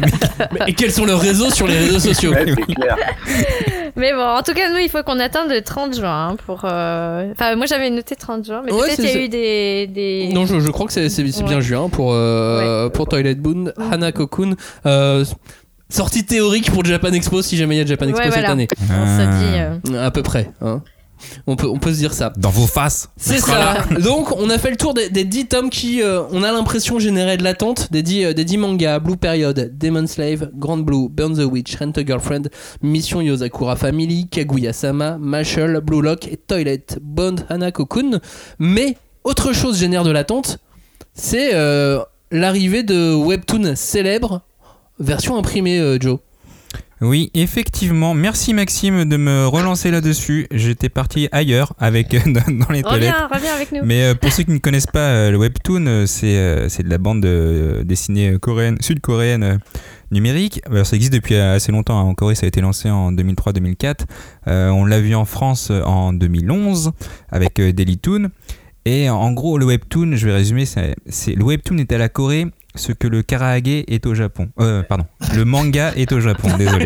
Et quels sont leurs réseaux sur les réseaux sociaux ? Ouais, c'est clair. Mais bon, en tout cas, nous, il faut qu'on attende le trente juin hein, pour... Euh... Enfin, moi, j'avais noté trente juin, mais ouais, peut-être il y a eu des... des... Non, je, je crois que c'est, c'est, c'est ouais. bien juin pour, euh, ouais. pour Toilet Bound Hanako-kun. Euh, sortie théorique pour le Japan Expo, si jamais il y a Japan Expo ouais, cette voilà. année. On se dit... Euh... À peu près, hein. On peut, on peut se dire ça. Dans vos faces. C'est ça. Donc, on a fait le tour des, des dix tomes qui, euh, on a l'impression, généraient de l'attente. Des dix, euh, des dix mangas: Blue Period, Demon Slave, Grand Blue, Burn the Witch, Rent a Girlfriend, Mission Yosakura Family, Kaguya-sama, Mashle, Blue Lock et Toilet Bound Hanako-kun. Mais, autre chose génère de l'attente, c'est euh, l'arrivée de webtoons célèbres, version imprimée, euh, Joe. Oui, effectivement. Merci Maxime de me relancer là-dessus. J'étais parti ailleurs avec dans les toilettes. Reviens, reviens avec nous. Mais euh, pour ceux qui ne connaissent pas euh, le webtoon, euh, c'est euh, c'est de la bande euh, dessinée coréenne, sud-coréenne euh, numérique. Alors, ça existe depuis assez longtemps. Hein. En Corée, ça a été lancé en deux mille trois deux mille quatre. Euh, on l'a vu en France en deux mille onze avec euh, Dailytoon. Et en gros, le webtoon, je vais résumer, c'est, c'est le webtoon est à la Corée ce que le karaage est au Japon. Euh, pardon, le manga est au Japon, désolé.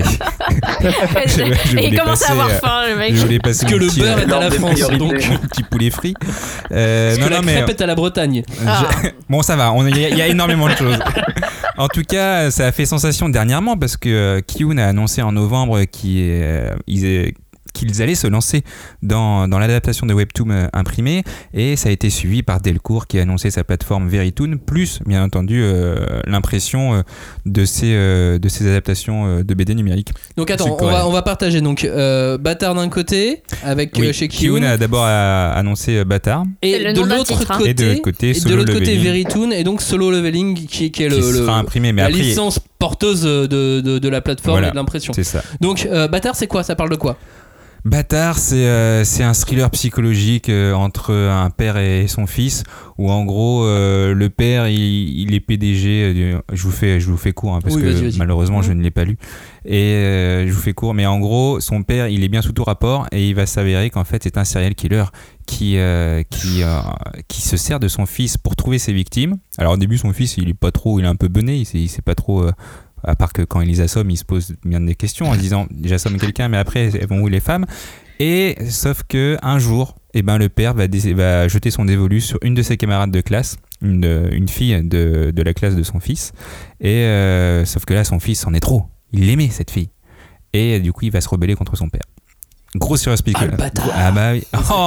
je, je Et il commence passer, à avoir faim, le mec. Je voulais passer que le petit, beurre est à la France, donc un petit poulet frit. Euh, Parce non, que non, la mais, crêpe est à la Bretagne. Ah. Je, bon, ça va, il y, y a énormément de choses. En tout cas, ça a fait sensation dernièrement parce que euh, Kiyun a annoncé en novembre qu'il euh, est, qu'ils allaient se lancer dans, dans l'adaptation de Webtoon euh, imprimé, et ça a été suivi par Delcourt qui a annoncé sa plateforme Verytoon, plus bien entendu euh, l'impression euh, de, ces, euh, de ces adaptations euh, de B D numériques. Donc attends, on va, on va partager. Donc euh, Bâtard d'un côté, avec oui, euh, chez Kiyun. Kiyun a d'abord a annoncé euh, Bâtard. Et de, l'autre titre, côté, et de l'autre côté, et de l'autre côté Leveling. Verytoon, et donc Solo Leveling qui, qui est le, qui le, sera imprimé, mais la après, licence porteuse de, de, de la plateforme voilà, et de l'impression. C'est ça. Donc euh, Bâtard, c'est quoi ? Ça parle de quoi ? Bâtard, c'est, euh, c'est un thriller psychologique euh, entre un père et son fils, où en gros euh, le père il, il est P D G. Du, je vous fais, je vous fais court hein, parce oui, que vas-y, vas-y. malheureusement je ne l'ai pas lu. Et euh, je vous fais court, mais en gros son père il est bien sous tout rapport et il va s'avérer qu'en fait c'est un serial killer qui euh, qui euh, qui se sert de son fils pour trouver ses victimes. Alors au début son fils il est pas trop, il est un peu bené, il sait, il sait pas trop. Euh, à part que quand il les assomme, il se pose bien des questions en disant j'assomme quelqu'un, mais après elles vont où les femmes? Et sauf que un jour, eh ben le père va, dé- va jeter son dévolu sur une de ses camarades de classe, une, une fille de, de la classe de son fils. Et euh, sauf que là, son fils en est trop. Il l'aimait cette fille. Et du coup, il va se rebeller contre son père. Gros sur Ah, le bâtard. Ah bah oui.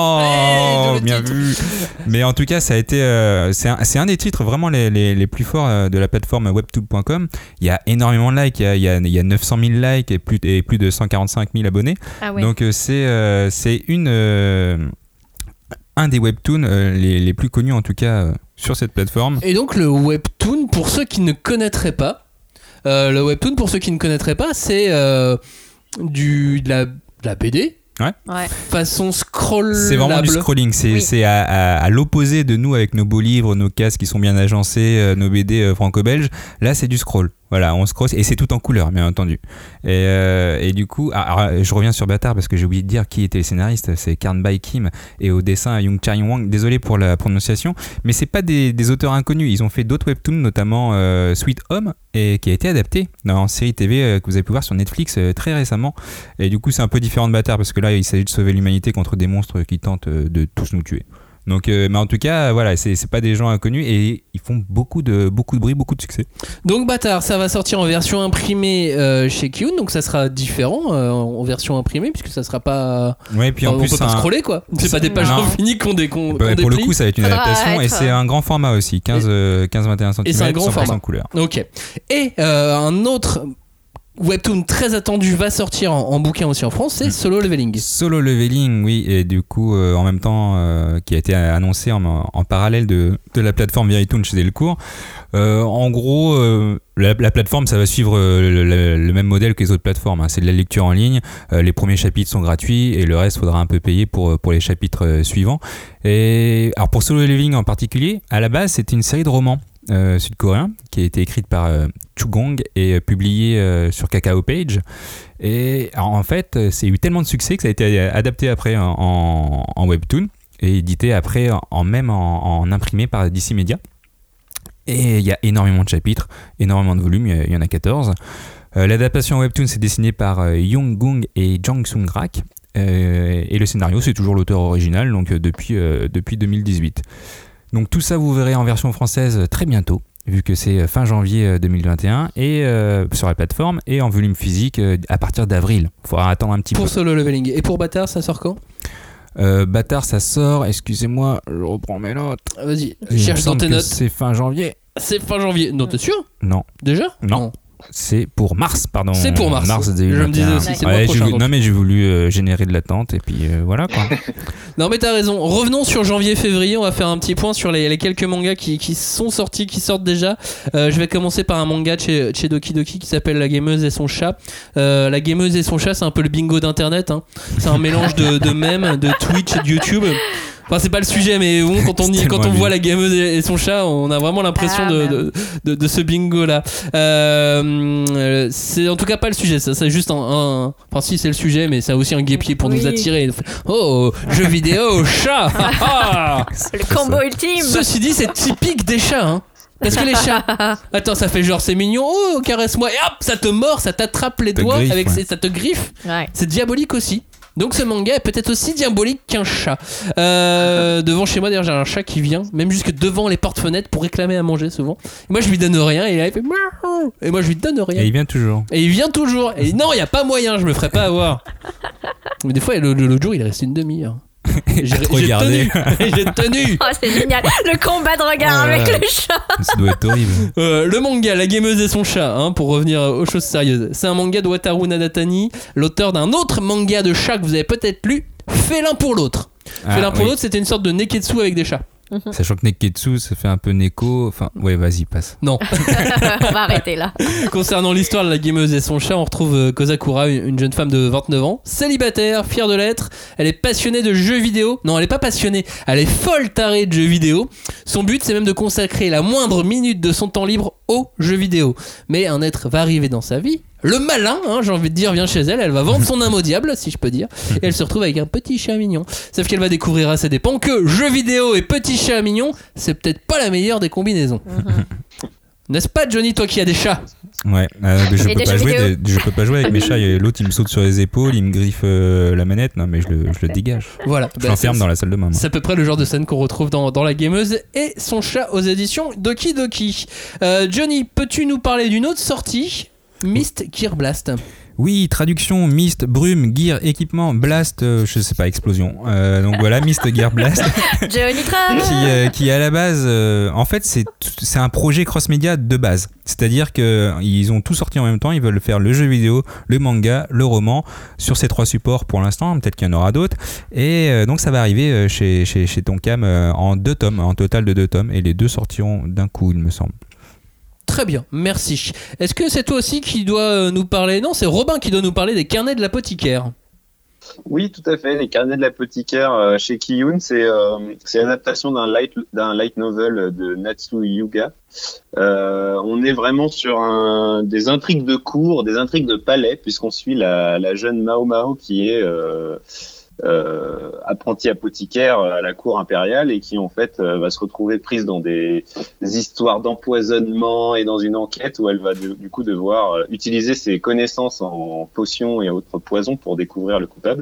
Oh, Ouais, bien titre. vu. Mais en tout cas, ça a été, euh, c'est, un, c'est un des titres vraiment les, les, les plus forts euh, de la plateforme webtoon point com. Il y a énormément de likes, il y a, il y a, il y a neuf cent mille likes et plus, et plus de cent quarante-cinq mille abonnés. Ah ouais. Donc euh, c'est, euh, c'est une, euh, un des webtoons euh, les, les plus connus en tout cas euh, sur cette plateforme. Et donc le webtoon, pour ceux qui ne connaîtraient pas, euh, le webtoon, pour ceux qui ne connaîtraient pas, c'est euh, du, de, la, de la B D. Ouais. Ouais. Façon scrollable. C'est vraiment du scrolling, c'est, Oui. c'est à, à, à l'opposé de nous avec nos beaux livres, nos cases qui sont bien agencés, euh, nos B D euh, franco-belges. Là, c'est du scroll. Voilà, on scroll et c'est tout en couleur, bien entendu. Et, euh, et du coup, alors, alors, je reviens sur Bâtard parce que j'ai oublié de dire qui était le scénariste. C'est Karn Bai Kim et au dessin Young Chae Wang. Désolé pour la prononciation, mais c'est pas des, des auteurs inconnus. Ils ont fait d'autres webtoons, notamment euh, Sweet Home, et qui a été adapté dans une série T V euh, que vous avez pu voir sur Netflix euh, très récemment. Et du coup, c'est un peu différent de Bâtard parce que là, il s'agit de sauver l'humanité contre des monstres qui tentent euh, de tous nous tuer. Donc, euh, mais en tout cas, voilà, c'est, c'est pas des gens inconnus et ils font beaucoup de, beaucoup de bruit, beaucoup de succès. Donc Bâtard, ça va sortir en version imprimée euh, chez Kiun, donc ça sera différent euh, en version imprimée puisque ça sera pas. Ouais, puis en on plus, peut pas un... scroller quoi. C'est pas des pages Non. infinies qu'on dé, qu'on, bah, qu'on pour le déplie. coup, ça va être une Faudra adaptation et être, c'est euh, un grand format aussi, quinze vingt et un centimètres, Et c'est un grand cent pour cent format. couleur. Ok. Et euh, un autre webtoon très attendu va sortir en, en bouquin aussi en France, c'est Solo Leveling. Solo Leveling, oui, et du coup, euh, en même temps, euh, qui a été annoncé en, en parallèle de, de la plateforme Veritone chez Delcourt. Euh, en gros, euh, la, la plateforme, ça va suivre euh, le, le, le même modèle que les autres plateformes. Hein. C'est de la lecture en ligne. Euh, les premiers chapitres sont gratuits et le reste, faudra un peu payer pour, pour les chapitres euh, suivants. Et alors pour Solo Leveling en particulier, à la base, c'était une série de romans euh, sud-coréens qui a été écrite par euh, Chugong et euh, publiée euh, sur Kakao Page. Et alors, en fait, c'est eu tellement de succès que ça a été adapté après en, en, en webtoon et édité après en même en, en imprimé par D C Media. Et il y a énormément de chapitres, énormément de volumes, il y en a quatorze. Euh, l'adaptation en webtoon, c'est dessiné par euh, Young Gung et Jang Sung-rak. Euh, et le scénario, c'est toujours l'auteur original, donc euh, depuis, euh, depuis deux mille dix-huit. Donc tout ça, vous verrez en version française très bientôt, vu que c'est fin janvier deux mille vingt et un, et euh, sur la plateforme, et en volume physique euh, à partir d'avril. Il faudra attendre un petit Pour peu. Solo Leveling. Et pour Bâtard, ça sort quand? Euh, Bâtard, ça sort, excusez-moi, je reprends mes notes. Vas-y, Il me cherche dans semble tes que notes. C'est fin janvier. C'est fin janvier. Non, t'es sûr? Non. Déjà? Non. C'est pour mars, pardon. C'est pour mars. Mars Je me disais aussi, c'est le mois ouais, prochain, j'ai- donc. Non, mais j'ai voulu euh, générer de l'attente et puis euh, voilà quoi. Non mais t'as raison, revenons sur janvier-février, on va faire un petit point sur les, les quelques mangas qui, qui sont sortis, qui sortent déjà. Euh, je vais commencer par un manga de chez, chez Doki Doki qui s'appelle La Gameuse et son chat. Euh, La Gameuse et son chat, c'est un peu le bingo d'internet, hein. C'est un mélange de, de mèmes, de Twitch et de YouTube. Enfin c'est pas le sujet mais bon quand on, y, C'est quand on tellement voit bien. La Gameuse et son chat on a vraiment l'impression Ah, de, bah. de, de, de ce bingo là. Euh, c'est en tout cas pas le sujet, ça c'est juste un, un... Enfin si c'est le sujet mais c'est aussi un guépier pour Oui. nous attirer. Oh jeu vidéo chat. Le combo ultime. Ceci dit, c'est typique des chats, hein. Parce que les chats, attends, ça fait genre c'est mignon, oh caresse-moi, et hop, ça te mord, ça t'attrape les Te doigts, griffe, avec ouais. ses- ça te griffe. Ouais. C'est diabolique aussi. Donc ce manga est peut-être aussi diabolique qu'un chat. Euh, devant chez moi, d'ailleurs, j'ai un chat qui vient, même jusque devant les portes-fenêtres pour réclamer à manger souvent. Et moi, je lui donne rien, et là, il fait miaou. Et moi, je lui donne rien. Et il vient toujours. Et il vient toujours. Et non, il y a pas moyen, je me ferai pas avoir. Mais des fois, le- le- l'autre jour, il est resté une demi-heure. Et J'ai À te j'ai regarder. tenu. J'ai tenu. Oh, c'est génial. Le combat de regard Ouais. avec le chat. Ça doit être horrible. Euh, le manga La Gameuse et son chat, hein, pour revenir aux choses sérieuses. C'est un manga de Wataru Nadatani, l'auteur d'un autre manga de chat que vous avez peut-être lu, Félin pour l'autre. Ah, Félin pour oui. l'autre, c'était une sorte de Neketsu avec des chats. Mm-hmm. Sachant que Neketsu, ça fait un peu Neko. Enfin, ouais, vas-y, passe. Non. On va arrêter là. Concernant l'histoire de la gameuse et son chat, on retrouve Kozakura, une jeune femme de vingt-neuf ans, célibataire, fière de l'être. Elle est passionnée de jeux vidéo. Non, elle est pas passionnée. Elle est folle tarée de jeux vidéo. Son but, c'est même de consacrer la moindre minute de son temps libre aux jeux vidéo. Mais un être va arriver dans sa vie. Le malin, hein, j'ai envie de dire, vient chez elle, elle va vendre son âme au diable, si je peux dire, et elle se retrouve avec un petit chat mignon. Sauf qu'elle va découvrir à ses dépens que jeux vidéo et petit chat mignon, c'est peut-être pas la meilleure des combinaisons. Mm-hmm. N'est-ce pas, Johnny, toi qui as des chats? Ouais, euh, mais je, peux pas jouer des, je peux pas jouer avec mes chats. L'autre, il me saute sur les épaules, il me griffe euh, la manette. Non, mais je le, je le dégage. Voilà. Je bah, l'enferme dans la salle de bain. C'est à peu près le genre de scène qu'on retrouve dans, dans La Gameuse et son chat aux éditions Doki Doki. Euh, Johnny, peux-tu nous parler d'une autre sortie? Myst Gear Blast. Oui, traduction Myst, brume, gear, équipement, blast, euh, je sais pas, explosion. Euh, donc voilà, Myst Gear Blast. Johnny Trump. qui, euh, qui à la base, euh, en fait, c'est, c'est un projet cross-média de base. C'est-à-dire qu'ils ont tout sorti en même temps, ils veulent faire le jeu vidéo, le manga, le roman, sur ces trois supports pour l'instant, peut-être qu'il y en aura d'autres. Et euh, donc ça va arriver chez, chez, chez Tonkam euh, en deux tomes, en total de deux tomes, et les deux sortiront d'un coup, il me semble. Très bien, merci. Est-ce que c'est toi aussi qui dois nous parler? Non, c'est Robin qui doit nous parler des carnets de l'apothicaire. Oui, tout à fait. Les carnets de l'apothicaire euh, chez Kiyun, c'est euh, c'est l'adaptation d'un light d'un light novel de Natsu Hyuga. Euh, on est vraiment sur un, des intrigues de cour, des intrigues de palais, puisqu'on suit la, la jeune Mao Mao qui est euh, Euh, apprentie apothicaire à la cour impériale et qui en fait euh, va se retrouver prise dans des, des histoires d'empoisonnement et dans une enquête où elle va de, du coup devoir euh, utiliser ses connaissances en potions et autres poisons pour découvrir le coupable.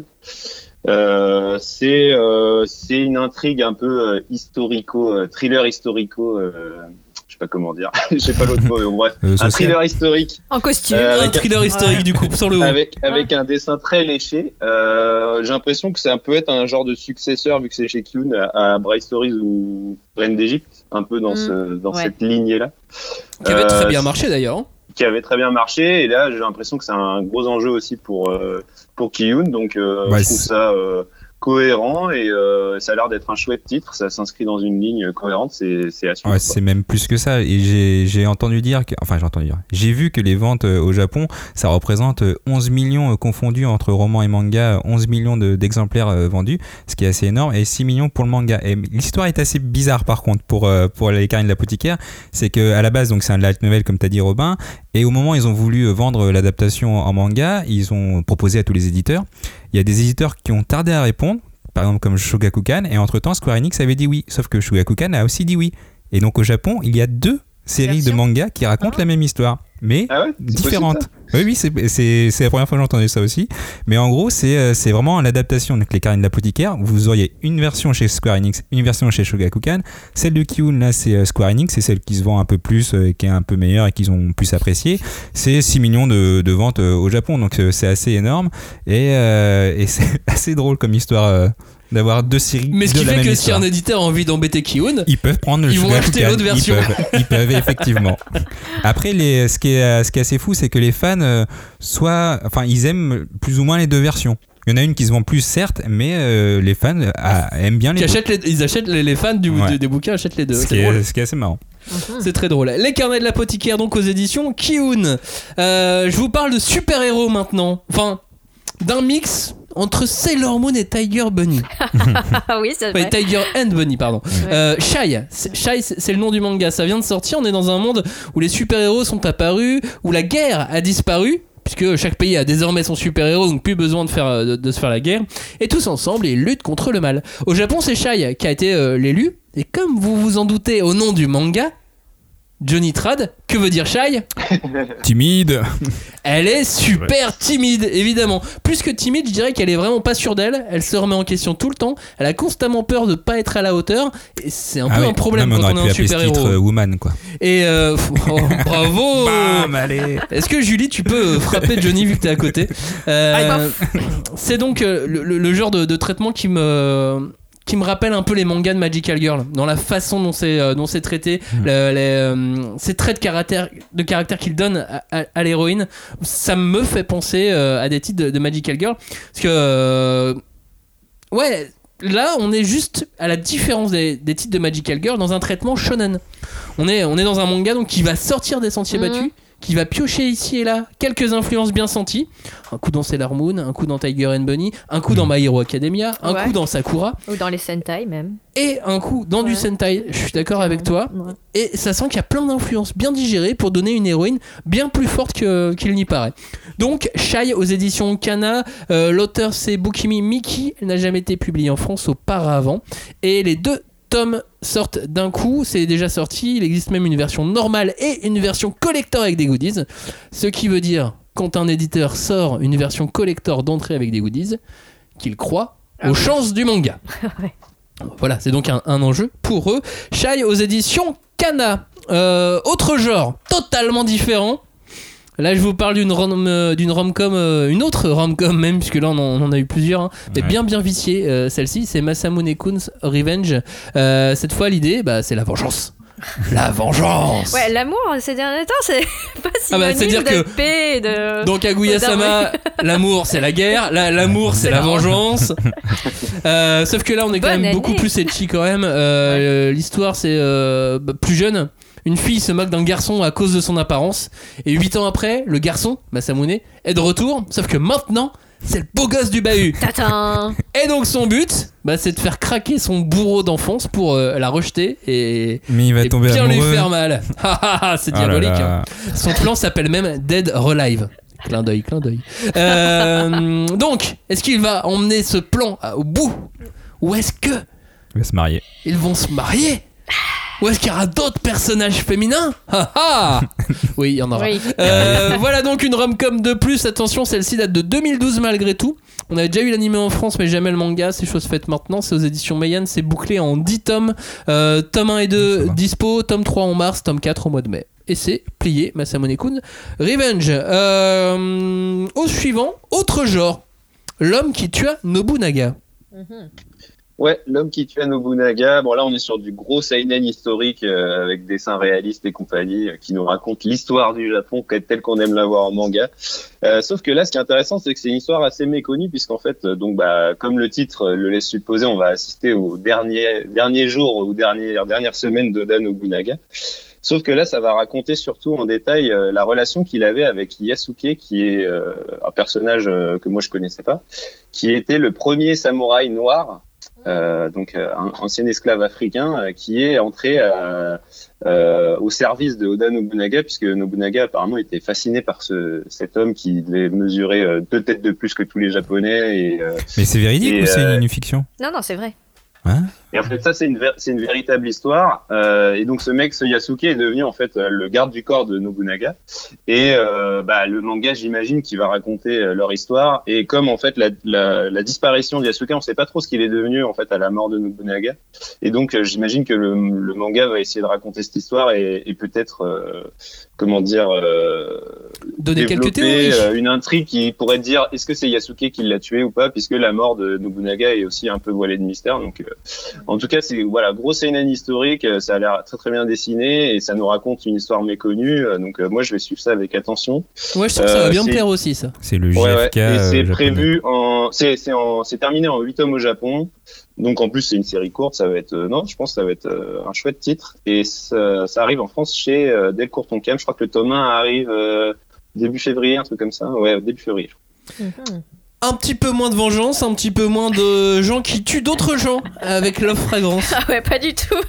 Euh, c'est euh, c'est une intrigue un peu euh, historico, euh, thriller historico. Euh, je sais pas comment dire, je sais pas l'autre mot, mais bref, euh, un thriller historique. En costume. Euh, un thriller historique ouais. Du coup, sur le haut. Avec, avec un dessin très léché. Euh, j'ai l'impression que ça peut être un genre de successeur, vu que c'est chez Kiyun, à, à Bright Stories ou Reine d'Égypte, un peu dans, mmh, ce, dans ouais. cette lignée-là. Qui avait euh, très bien marché d'ailleurs. Qui avait très bien marché, et là j'ai l'impression que c'est un gros enjeu aussi pour, euh, pour Kiyun, donc euh, ouais, je trouve c'est... ça... Euh, cohérent et euh, ça a l'air d'être un chouette titre, ça s'inscrit dans une ligne cohérente, c'est, c'est à suivre. Ouais, c'est même plus que ça, et j'ai, j'ai entendu dire, que, enfin j'ai entendu dire, j'ai vu que les ventes au Japon, ça représente onze millions confondus entre romans et manga, onze millions de, d'exemplaires vendus, ce qui est assez énorme, et six millions pour le manga. Et l'histoire est assez bizarre par contre pour, pour les carnets de l'apothicaire, c'est qu'à la base, donc c'est un light novel comme t'as dit Robin, et au moment où ils ont voulu vendre l'adaptation en manga, ils ont proposé à tous les éditeurs. Il y a des éditeurs qui ont tardé à répondre, par exemple comme Shogakukan, et entre-temps Square Enix avait dit oui, sauf que Shogakukan a aussi dit oui. Et donc au Japon, il y a deux séries Version. de mangas qui racontent ah. la même histoire, mais ah ouais, différentes. Oui, oui, c'est, c'est, c'est la première fois que j'ai entendu ça aussi. Mais en gros, c'est, c'est vraiment l'adaptation. Donc les carnets de l'apothicaire, vous auriez une version chez Square Enix, une version chez Shogakukan. Celle de Kiyun, là, c'est Square Enix, c'est celle qui se vend un peu plus, et qui est un peu meilleure et qu'ils ont plus apprécié. C'est six millions de, de ventes au Japon, donc c'est assez énorme. Et, euh, et c'est assez drôle comme histoire. Euh, d'avoir deux séries. Mais ce qui de fait la que même si un éditeur a envie d'embêter Kiyun, ils peuvent prendre le ils vont acheter l'autre version. Ils peuvent, ils peuvent effectivement. Après, les, ce, qui est, ce qui est assez fou, c'est que les fans, euh, soit, enfin, ils aiment plus ou moins les deux versions. Il y en a une qui se vend plus, certes, mais euh, les fans euh, aiment bien les deux. Achètent les, ils achètent les, les fans du, ouais. des, des bouquins achètent les deux. Ce, c'est qui drôle. Est, ce qui est assez marrant. Mmh. C'est très drôle. Les carnets de l'apothicaire, donc aux éditions Kiyun. Euh, je vous parle de super-héros maintenant. Enfin, d'un mix entre Sailor Moon et Tiger Bunny. Oui, c'est vrai. Ouais, Tiger and Bunny, pardon. Ouais. Euh, Shai, c'est, Shai, c'est le nom du manga. Ça vient de sortir. On est dans un monde où les super-héros sont apparus, où la guerre a disparu, puisque chaque pays a désormais son super-héros, donc plus besoin de, faire, de, de se faire la guerre. Et tous ensemble, ils luttent contre le mal. Au Japon, c'est Shai qui a été euh, l'élu. Et comme vous vous en doutez, au nom du manga, Johnny Trad, que veut dire Shai? Timide. Elle est super timide, évidemment. Plus que timide, je dirais qu'elle est vraiment pas sûre d'elle. Elle se remet en question tout le temps. Elle a constamment peur de pas être à la hauteur. Et c'est un ah peu oui. un problème non, quand on, on est un super-héros. Euh, woman, quoi. Et euh, oh, bravo. Bam, allez. Est-ce que Julie, tu peux frapper Johnny vu que t'es à côté? euh, C'est donc euh, le, le, le genre de, de traitement qui me... qui me rappelle un peu les mangas de Magical Girl dans la façon dont c'est, euh, dont c'est traité, mmh. le, les, euh, ces traits de caractère, de caractère qu'il donne à, à, à l'héroïne. Ça me fait penser euh, à des titres de, de Magical Girl parce que euh, ouais, là, on est juste à la différence des, des titres de Magical Girl dans un traitement shonen. On est, on est dans un manga donc qui va sortir des sentiers mmh. battus, qui va piocher ici et là quelques influences bien senties. Un coup dans Sailor Moon, un coup dans Tiger and Bunny, un coup dans My Hero Academia, un ouais. coup dans Sakura. Ou dans les Sentai même. Et un coup dans ouais. du Sentai. Je suis d'accord avec toi. Ouais. Et ça sent qu'il y a plein d'influences bien digérées pour donner une héroïne bien plus forte que, qu'il n'y paraît. Donc Shai aux éditions Kana. Euh, l'auteur c'est Bukimi Miki. Elle n'a jamais été publiée en France auparavant. Et les deux tomes sortent d'un coup, c'est déjà sorti, il existe même une version normale et une version collector avec des goodies, ce qui veut dire quand un éditeur sort une version collector d'entrée avec des goodies, qu'il croit aux ah chances oui. du manga. ouais. Voilà, c'est donc un, un enjeu pour eux. Shai aux éditions Kana. Euh, autre genre, totalement différent. Là, je vous parle d'une, rom, euh, d'une rom-com, euh, une autre rom-com même, puisque là, on en, on en a eu plusieurs, hein, mais ouais. bien bien viciée. Euh, celle-ci, c'est Masamune-kun's Revenge. Euh, cette fois, l'idée, bah, c'est la vengeance. La vengeance. Ouais, l'amour ces derniers temps, c'est pas synonyme ah bah, c'est-à-dire de que, paix, de... Donc, Kaguya-sama, l'amour, c'est la guerre. La, l'amour, c'est, c'est la vengeance. euh, sauf que là, on est Bonne quand même année. beaucoup plus etchi quand même. Euh, ouais. L'histoire, c'est euh, plus jeune. Une fille se moque d'un garçon à cause de son apparence. Et huit ans après, le garçon, Masamune, est de retour. Sauf que maintenant, c'est le beau gosse du bahut. Tatin. Et donc son but, bah, c'est de faire craquer son bourreau d'enfance pour euh, la rejeter et, Mais il va et tomber bien amoureux. lui faire mal. C'est diabolique. Oh là là. Hein. Son plan s'appelle même Dead Relive. Clin d'œil, clin d'œil. Euh, donc, est-ce qu'il va emmener ce plan au bout? Ou est-ce que... Il va se marier. Ils vont se marier? Ou est-ce qu'il y aura d'autres personnages féminins? Oui, il y en aura. Oui. Euh, voilà donc une rom-com de plus. Attention, celle-ci date de deux mille douze malgré tout. On avait déjà eu l'anime en France, mais jamais le manga. C'est chose faite maintenant. C'est aux éditions Meian. C'est bouclé en dix tomes. Euh, tome un et deux dispo. Tome trois en mars. Tome quatre au mois de mai. Et c'est plié. Masamune-kun Revenge. Euh, au suivant, autre genre. L'homme qui tua Nobunaga. Mm-hmm. Ouais, l'homme qui tue Nobunaga. Bon, là, on est sur du gros seinen historique euh, avec dessins réalistes et compagnie euh, qui nous raconte l'histoire du Japon telle qu'on aime la voir en manga. Euh, sauf que là, ce qui est intéressant, c'est que c'est une histoire assez méconnue puisqu'en fait, euh, donc, bah, comme le titre le laisse supposer, on va assister aux derniers derniers jours ou dernières dernières semaines d'Oda Nobunaga. Sauf que là, ça va raconter surtout en détail euh, la relation qu'il avait avec Yasuke, qui est euh, un personnage euh, que moi je connaissais pas, qui était le premier samouraï noir. Euh, donc euh, un ancien esclave africain euh, qui est entré euh, euh, au service de Oda Nobunaga, puisque Nobunaga apparemment était fasciné par ce, cet homme qui devait mesurer euh, deux têtes de plus que tous les Japonais. Et, euh, Mais c'est véridique et, ou c'est euh, une fiction? Non, non, c'est vrai. Hein? Et en fait, ça, c'est une, ver- c'est une véritable histoire. Euh, et donc, ce mec, ce Yasuke, est devenu en fait le garde du corps de Nobunaga. Et euh, bah, le manga, j'imagine, qui va raconter euh, leur histoire. Et comme en fait la, la, la disparition de Yasuke, on ne sait pas trop ce qu'il est devenu en fait à la mort de Nobunaga. Et donc, euh, j'imagine que le, le manga va essayer de raconter cette histoire et, et peut-être, euh, comment dire, euh, donner développer quelques théories. Euh, une intrigue qui pourrait dire est-ce que c'est Yasuke qui l'a tué ou pas, puisque la mort de Nobunaga est aussi un peu voilée de mystère. Donc euh, en tout cas, c'est voilà, gros seinen historique, ça a l'air très très bien dessiné et ça nous raconte une histoire méconnue. Donc euh, moi, je vais suivre ça avec attention. Ouais, je trouve que ça va bien me plaire aussi, ça. C'est le J F K. Ouais, ouais. Et c'est euh, prévu en, c'est c'est en, c'est terminé en huit tomes au Japon. Donc en plus, c'est une série courte, ça va être euh, non, je pense que ça va être euh, un chouette titre et ça, ça arrive en France chez euh, Delcourt Tonkam. Je crois que le tome un arrive euh, début février, un truc comme ça. Ouais, début février. Mm-hmm. Un petit peu moins de vengeance, un petit peu moins de gens qui tuent d'autres gens avec Love Fragrance. Ah ouais, pas du tout.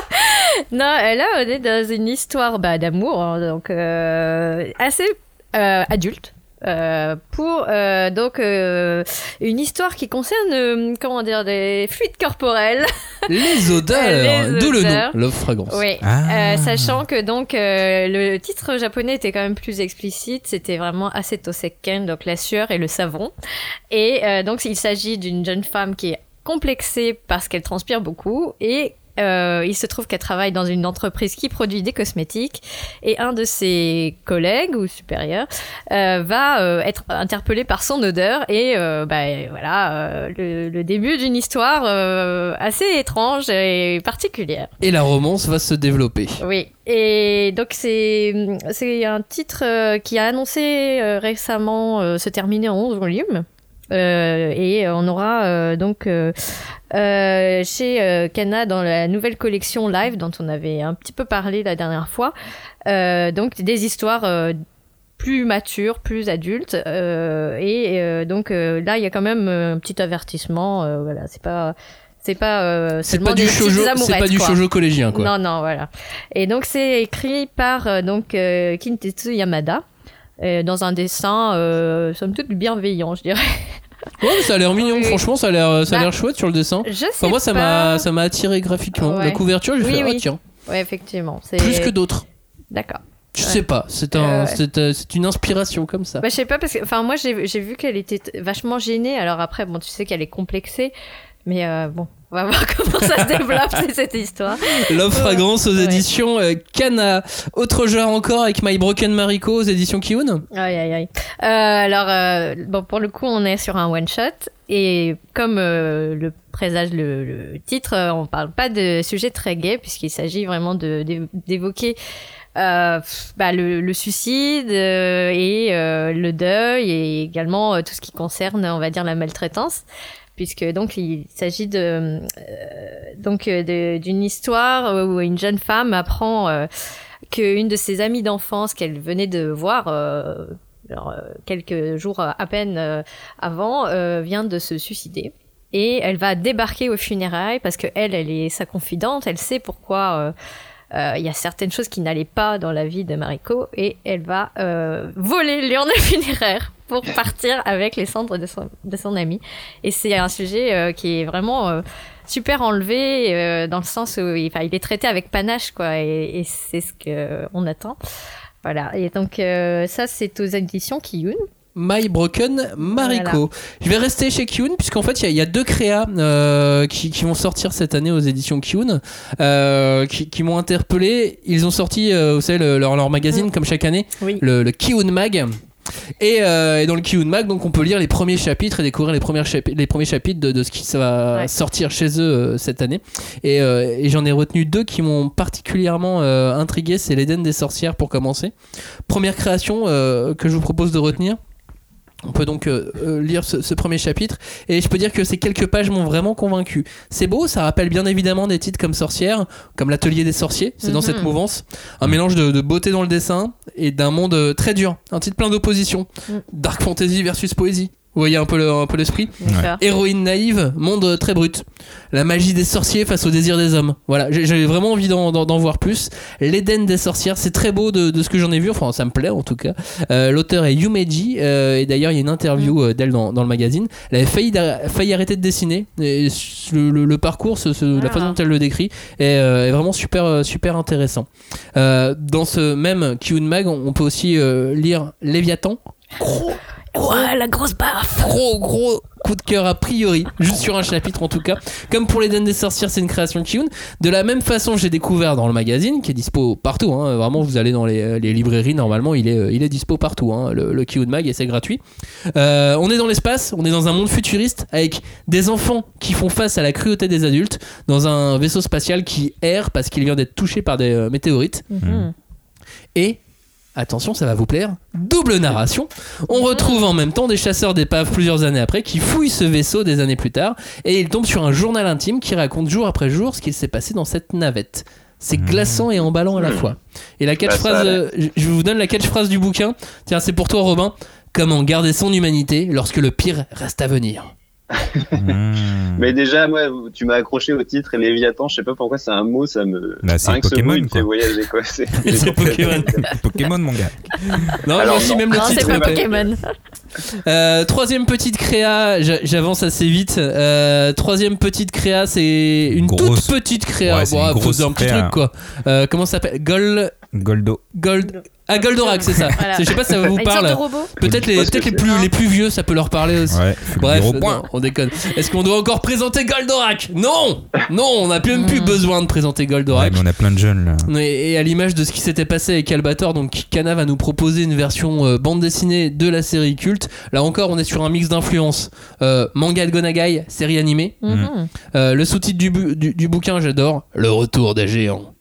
Non, là, on est dans une histoire bah, d'amour, hein, donc euh, assez euh, adulte. Euh, pour euh, donc euh, une histoire qui concerne euh, comment dire des fluides corporels, les odeurs, les d'où le nom Love Fragrance. Oui, ah. euh, sachant que donc euh, le titre japonais était quand même plus explicite, c'était vraiment acétoseken, donc la sueur et le savon, et euh, donc il s'agit d'une jeune femme qui est complexée parce qu'elle transpire beaucoup et Euh, il se trouve qu'elle travaille dans une entreprise qui produit des cosmétiques et un de ses collègues ou supérieurs euh, va euh, être interpellé par son odeur et euh, bah, voilà euh, le, le début d'une histoire euh, assez étrange et particulière. Et la romance va se développer. Oui. Et donc c'est c'est un titre euh, qui a annoncé euh, récemment euh, se terminer en onze volumes. Euh, et on aura euh, donc euh, euh, chez euh, Kana dans la nouvelle collection live dont on avait un petit peu parlé la dernière fois, euh, donc des histoires euh, plus matures, plus adultes, euh, et euh, donc euh, là il y a quand même un petit avertissement, euh, voilà, c'est pas c'est pas euh, c'est pas du shoujo, c'est pas du shoujo collégien quoi. Non non voilà. Et donc c'est écrit par euh, donc euh, Kintetsu Yamada. Euh, dans un dessin euh, somme toute bienveillant, je dirais. Ouais, ça a l'air mignon, oui. Franchement, ça a l'air, ça a bah, l'air chouette sur le dessin. Je sais enfin, moi, ça pas. m'a, ça m'a attiré graphiquement. Ouais. La couverture, j'ai oui, fait, oui. oh tiens. Ouais, effectivement. C'est... Plus que d'autres. D'accord. Je ouais. sais pas, c'est, un, euh, c'est, euh, c'est une inspiration comme ça. Bah, je sais pas, parce que enfin, moi, j'ai, j'ai vu qu'elle était vachement gênée. Alors après, bon, tu sais qu'elle est complexée. Mais euh, bon, on va voir comment ça se développe cette histoire. Love Fragrance aux ouais. éditions euh, Kana. Autre genre encore avec My Broken Mariko aux éditions Kiun. Aïe aïe aïe. Euh, alors euh, bon, pour le coup, on est sur un one shot et comme euh, le présage le, le titre, euh, on parle pas de sujet très gai puisqu'il s'agit vraiment de, de d'évoquer euh, bah, le, le suicide euh, et euh, le deuil et également euh, tout ce qui concerne, on va dire, la maltraitance. Puisque donc il s'agit de euh, donc de, d'une histoire où une jeune femme apprend euh, qu'une de ses amies d'enfance qu'elle venait de voir euh, alors, quelques jours à peine euh, avant euh, vient de se suicider et elle va débarquer aux funérailles parce que elle elle est sa confidente, elle sait pourquoi euh, euh, il y a certaines choses qui n'allaient pas dans la vie de Mariko et elle va euh, voler l'urne funéraire pour partir avec les cendres de son, de son ami. Et c'est un sujet euh, qui est vraiment euh, super enlevé euh, dans le sens où il, il est traité avec panache, quoi, et, et c'est ce qu'on attend. Voilà. Et donc, euh, ça, c'est aux éditions Kiun. My Broken Mariko. Voilà. Je vais rester chez Kiun puisqu'en fait il y, y a deux créas euh, qui, qui vont sortir cette année aux éditions Kiun euh, qui, qui m'ont interpellé. Ils ont sorti, euh, vous savez, le, leur, leur magazine mmh. comme chaque année, oui. le, le Kiun Mag. Et, euh, et dans le Kiun Mag, donc on peut lire les premiers chapitres et découvrir les, premières chapi- les premiers chapitres de, de ce qui va ouais. sortir chez eux euh, cette année. Et, euh, et j'en ai retenu deux qui m'ont particulièrement euh, intrigué. C'est l'Éden des sorcières pour commencer. Première création euh, que je vous propose de retenir. On peut donc euh, euh, lire ce, ce premier chapitre et je peux dire que ces quelques pages m'ont vraiment convaincu. C'est beau, ça rappelle bien évidemment des titres comme Sorcière, comme l'Atelier des sorciers, c'est mm-hmm. dans cette mouvance. Un mélange de, de beauté dans le dessin et d'un monde euh, très dur, un titre plein d'opposition. Mm. Dark fantasy versus poésie. Vous voyez un peu, le, un peu l'esprit. Ouais. Héroïne naïve, monde très brut. La magie des sorciers face au désir des hommes. Voilà, j'avais vraiment envie d'en, d'en, d'en voir plus. L'Éden des sorcières, c'est très beau de, de ce que j'en ai vu. Enfin, ça me plaît en tout cas. Euh, l'auteur est Yumeji. Euh, et d'ailleurs, il y a une interview euh, d'elle dans, dans le magazine. Elle avait failli, failli arrêter de dessiner. Et le, le, le parcours, ce, ce, ah. la façon dont elle le décrit, est, euh, est vraiment super, super intéressant. Euh, dans ce même Kiun Mag, on, on peut aussi euh, lire Léviathan. Gros Ouais, la grosse baffe. Gros, gros coup de cœur a priori, juste sur un chapitre en tout cas. Comme pour l'Éden des sorcières, c'est une création de Kiun. De la même façon, j'ai découvert dans le magazine, qui est dispo partout. Hein, vraiment, vous allez dans les, les librairies, normalement, il est, il est dispo partout. Hein, le, le Kiun Mag, et c'est gratuit. Euh, on est dans l'espace, on est dans un monde futuriste avec des enfants qui font face à la cruauté des adultes dans un vaisseau spatial qui erre parce qu'il vient d'être touché par des euh, météorites. Mmh. Et attention, ça va vous plaire. Double narration. On retrouve en même temps des chasseurs d'épaves plusieurs années après qui fouillent ce vaisseau des années plus tard et ils tombent sur un journal intime qui raconte jour après jour ce qu'il s'est passé dans cette navette. C'est glaçant et emballant à la fois. Et la catchphrase, euh, je vous donne la catchphrase du bouquin. Tiens, c'est pour toi, Robin. Comment garder son humanité lorsque le pire reste à venir. mmh. Mais déjà, moi, tu m'as accroché au titre et Léviathan, je sais pas pourquoi c'est un mot, ça me. Bah, c'est Pokémon, il me fait voyager, quoi. C'est, c'est Pokémon. Pokémon, mon gars. Non, alors aussi même le non, titre. C'est pas Pokémon. Euh, troisième petite créa, j'avance assez vite. Euh, troisième petite créa, c'est une grosse, toute petite créa. Ouais, bon, une faut un petit truc, quoi. Euh, comment ça s'appelle? Gold. Goldo. Gold. Ah, Goldorak, c'est ça. Voilà. Je sais pas si ça vous parle. Peut-être les, peut-être les plus, les plus vieux, ça peut leur parler aussi. Ouais, bref, non, on déconne. Est-ce qu'on doit encore présenter Goldorak? Non, non, on n'a même plus besoin de présenter Goldorak. Ouais, mais on a plein de jeunes là. Et, et à l'image de ce qui s'était passé avec Albator, donc Kana va nous proposer une version euh, bande dessinée de la série culte. Là encore, on est sur un mix d'influences. Euh, manga de Gonagai, série animée. Mm-hmm. Euh, le sous-titre du, bu- du, du bouquin, j'adore. Le retour des géants.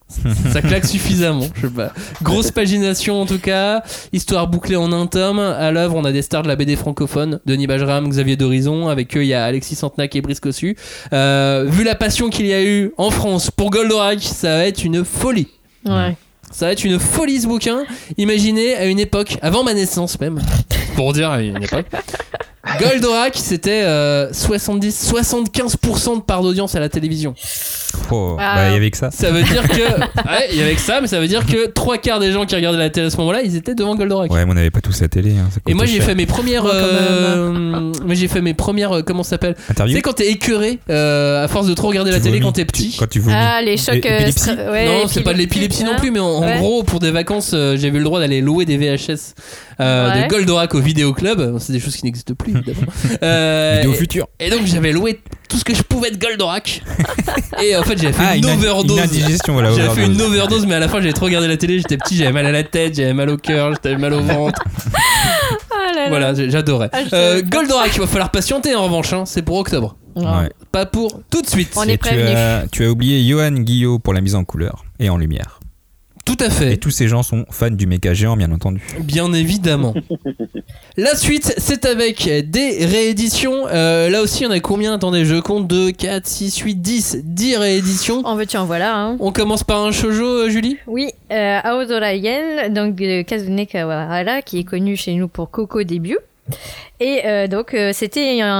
Ça claque suffisamment, je sais pas. Grosse pagination en tout cas, histoire bouclée en un tome. À l'œuvre, on a des stars de la B D francophone, Denis Bajram, Xavier Dorison. Avec eux, il y a Alexis Santenac et Brice Cossu. Euh, vu la passion qu'il y a eu en France pour Goldorak, ça va être une folie. Ouais. Ça va être une folie ce bouquin. Imaginez à une époque, avant ma naissance même, pour dire à une époque, Goldorak c'était euh, soixante-dix soixante-quinze pour cent de part d'audience à la télévision. Oh, ah. Bah il y avait que ça. Ça veut dire que ouais, il y avait que ça, mais ça veut dire que trois quarts des gens qui regardaient la télé à ce moment-là, ils étaient devant Goldorak. Ouais, mais on n'avait pas tous la télé. Hein, et moi j'ai cher. fait mes premières, euh, mais j'ai fait mes premières, comment ça s'appelle ? Interview. Tu sais quand t'es écœuré euh, à force de trop regarder tu la télé vomis, quand t'es petit. Tu, quand tu vomis. Ah les chocs. É- épilepsie. Euh, ouais, non, c'est pas de l'épilepsie non plus, mais en, ouais. en gros pour des vacances, euh, j'avais eu le droit d'aller louer des V H S euh, ouais. de Goldorak au vidéoclub. C'est des choses qui n'existent plus évidemment. euh, Vidéo future. Et donc j'avais loué tout ce que je pouvais de Goldorak. Et en fait j'avais fait ah, une, une overdose. Une indigestion, voilà. J'avais overdose. fait une overdose, mais à la fin j'avais trop regardé la télé. J'étais petit, j'avais mal à la tête, j'avais mal au cœur, j'avais mal au ventre. Ah là là. Voilà, j'adorais. Ah, euh, Goldorak, il va falloir patienter en revanche. Hein, c'est pour octobre. Ouais. Pas pour tout de suite. On est prévenus. Tu as, tu as oublié Johan Guillot pour la mise en couleur et en lumière. Tout à fait. Et tous ces gens sont fans du méca géant, bien entendu. Bien évidemment. La suite, c'est avec des rééditions. Euh, là aussi, on a combien ? Attendez, je compte deux, quatre, six, huit, dix. dix rééditions. En veux-tu, en voilà. Hein. On commence par un shoujo, euh, Julie ? Oui, euh, Aozora Yen, donc de Kazune Kawahara, qui est connu chez nous pour Coco Début. Et euh, donc euh, c'était un,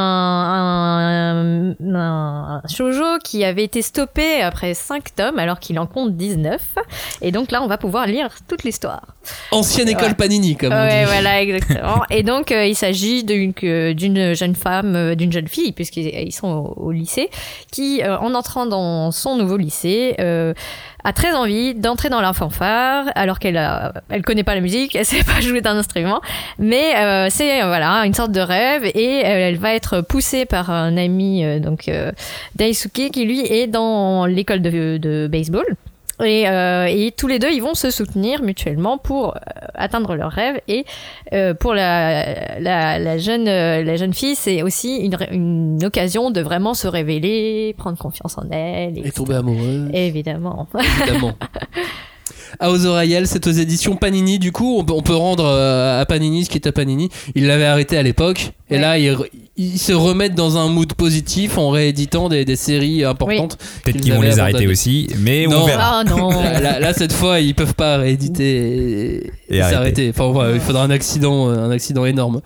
un, un shoujo qui avait été stoppé après cinq tomes alors qu'il en compte dix-neuf. Et donc là on va pouvoir lire toute l'histoire. Ancienne école ouais. Panini comme on ouais, dit. Voilà exactement. Et donc euh, il s'agit d'une, d'une jeune femme, d'une jeune fille puisqu'ils sont au, au lycée, qui euh, en entrant dans son nouveau lycée euh, a très envie d'entrer dans la fanfare alors qu'elle a, elle connaît pas la musique, elle sait pas jouer d'un instrument, mais euh, c'est euh, voilà une sorte de rêve et euh, elle va être poussée par un ami euh, donc euh, Daisuke qui lui est dans l'école de, de baseball. Et, euh, et tous les deux, ils vont se soutenir mutuellement pour euh, atteindre leurs rêves. Et euh, pour la, la, la, jeune, euh, la jeune fille, c'est aussi une, une occasion de vraiment se révéler, prendre confiance en elle. Et, et tomber amoureuse. Évidemment. Évidemment. Aozora Yen, c'est aux éditions Panini. Du coup, on peut, on peut rendre euh, à Panini ce qui est à Panini. Il l'avait arrêté à l'époque. Et ouais. là, ils, ils se remettent dans un mood positif en rééditant des, des séries importantes. Oui. Peut-être qu'ils, qu'ils vont les arrêter abandonné. Aussi, mais non. on verra. Ah, non. là, là, là, cette fois, ils peuvent pas rééditer et, et, et s'arrêter. Enfin, ouais, il faudra un accident, un accident énorme.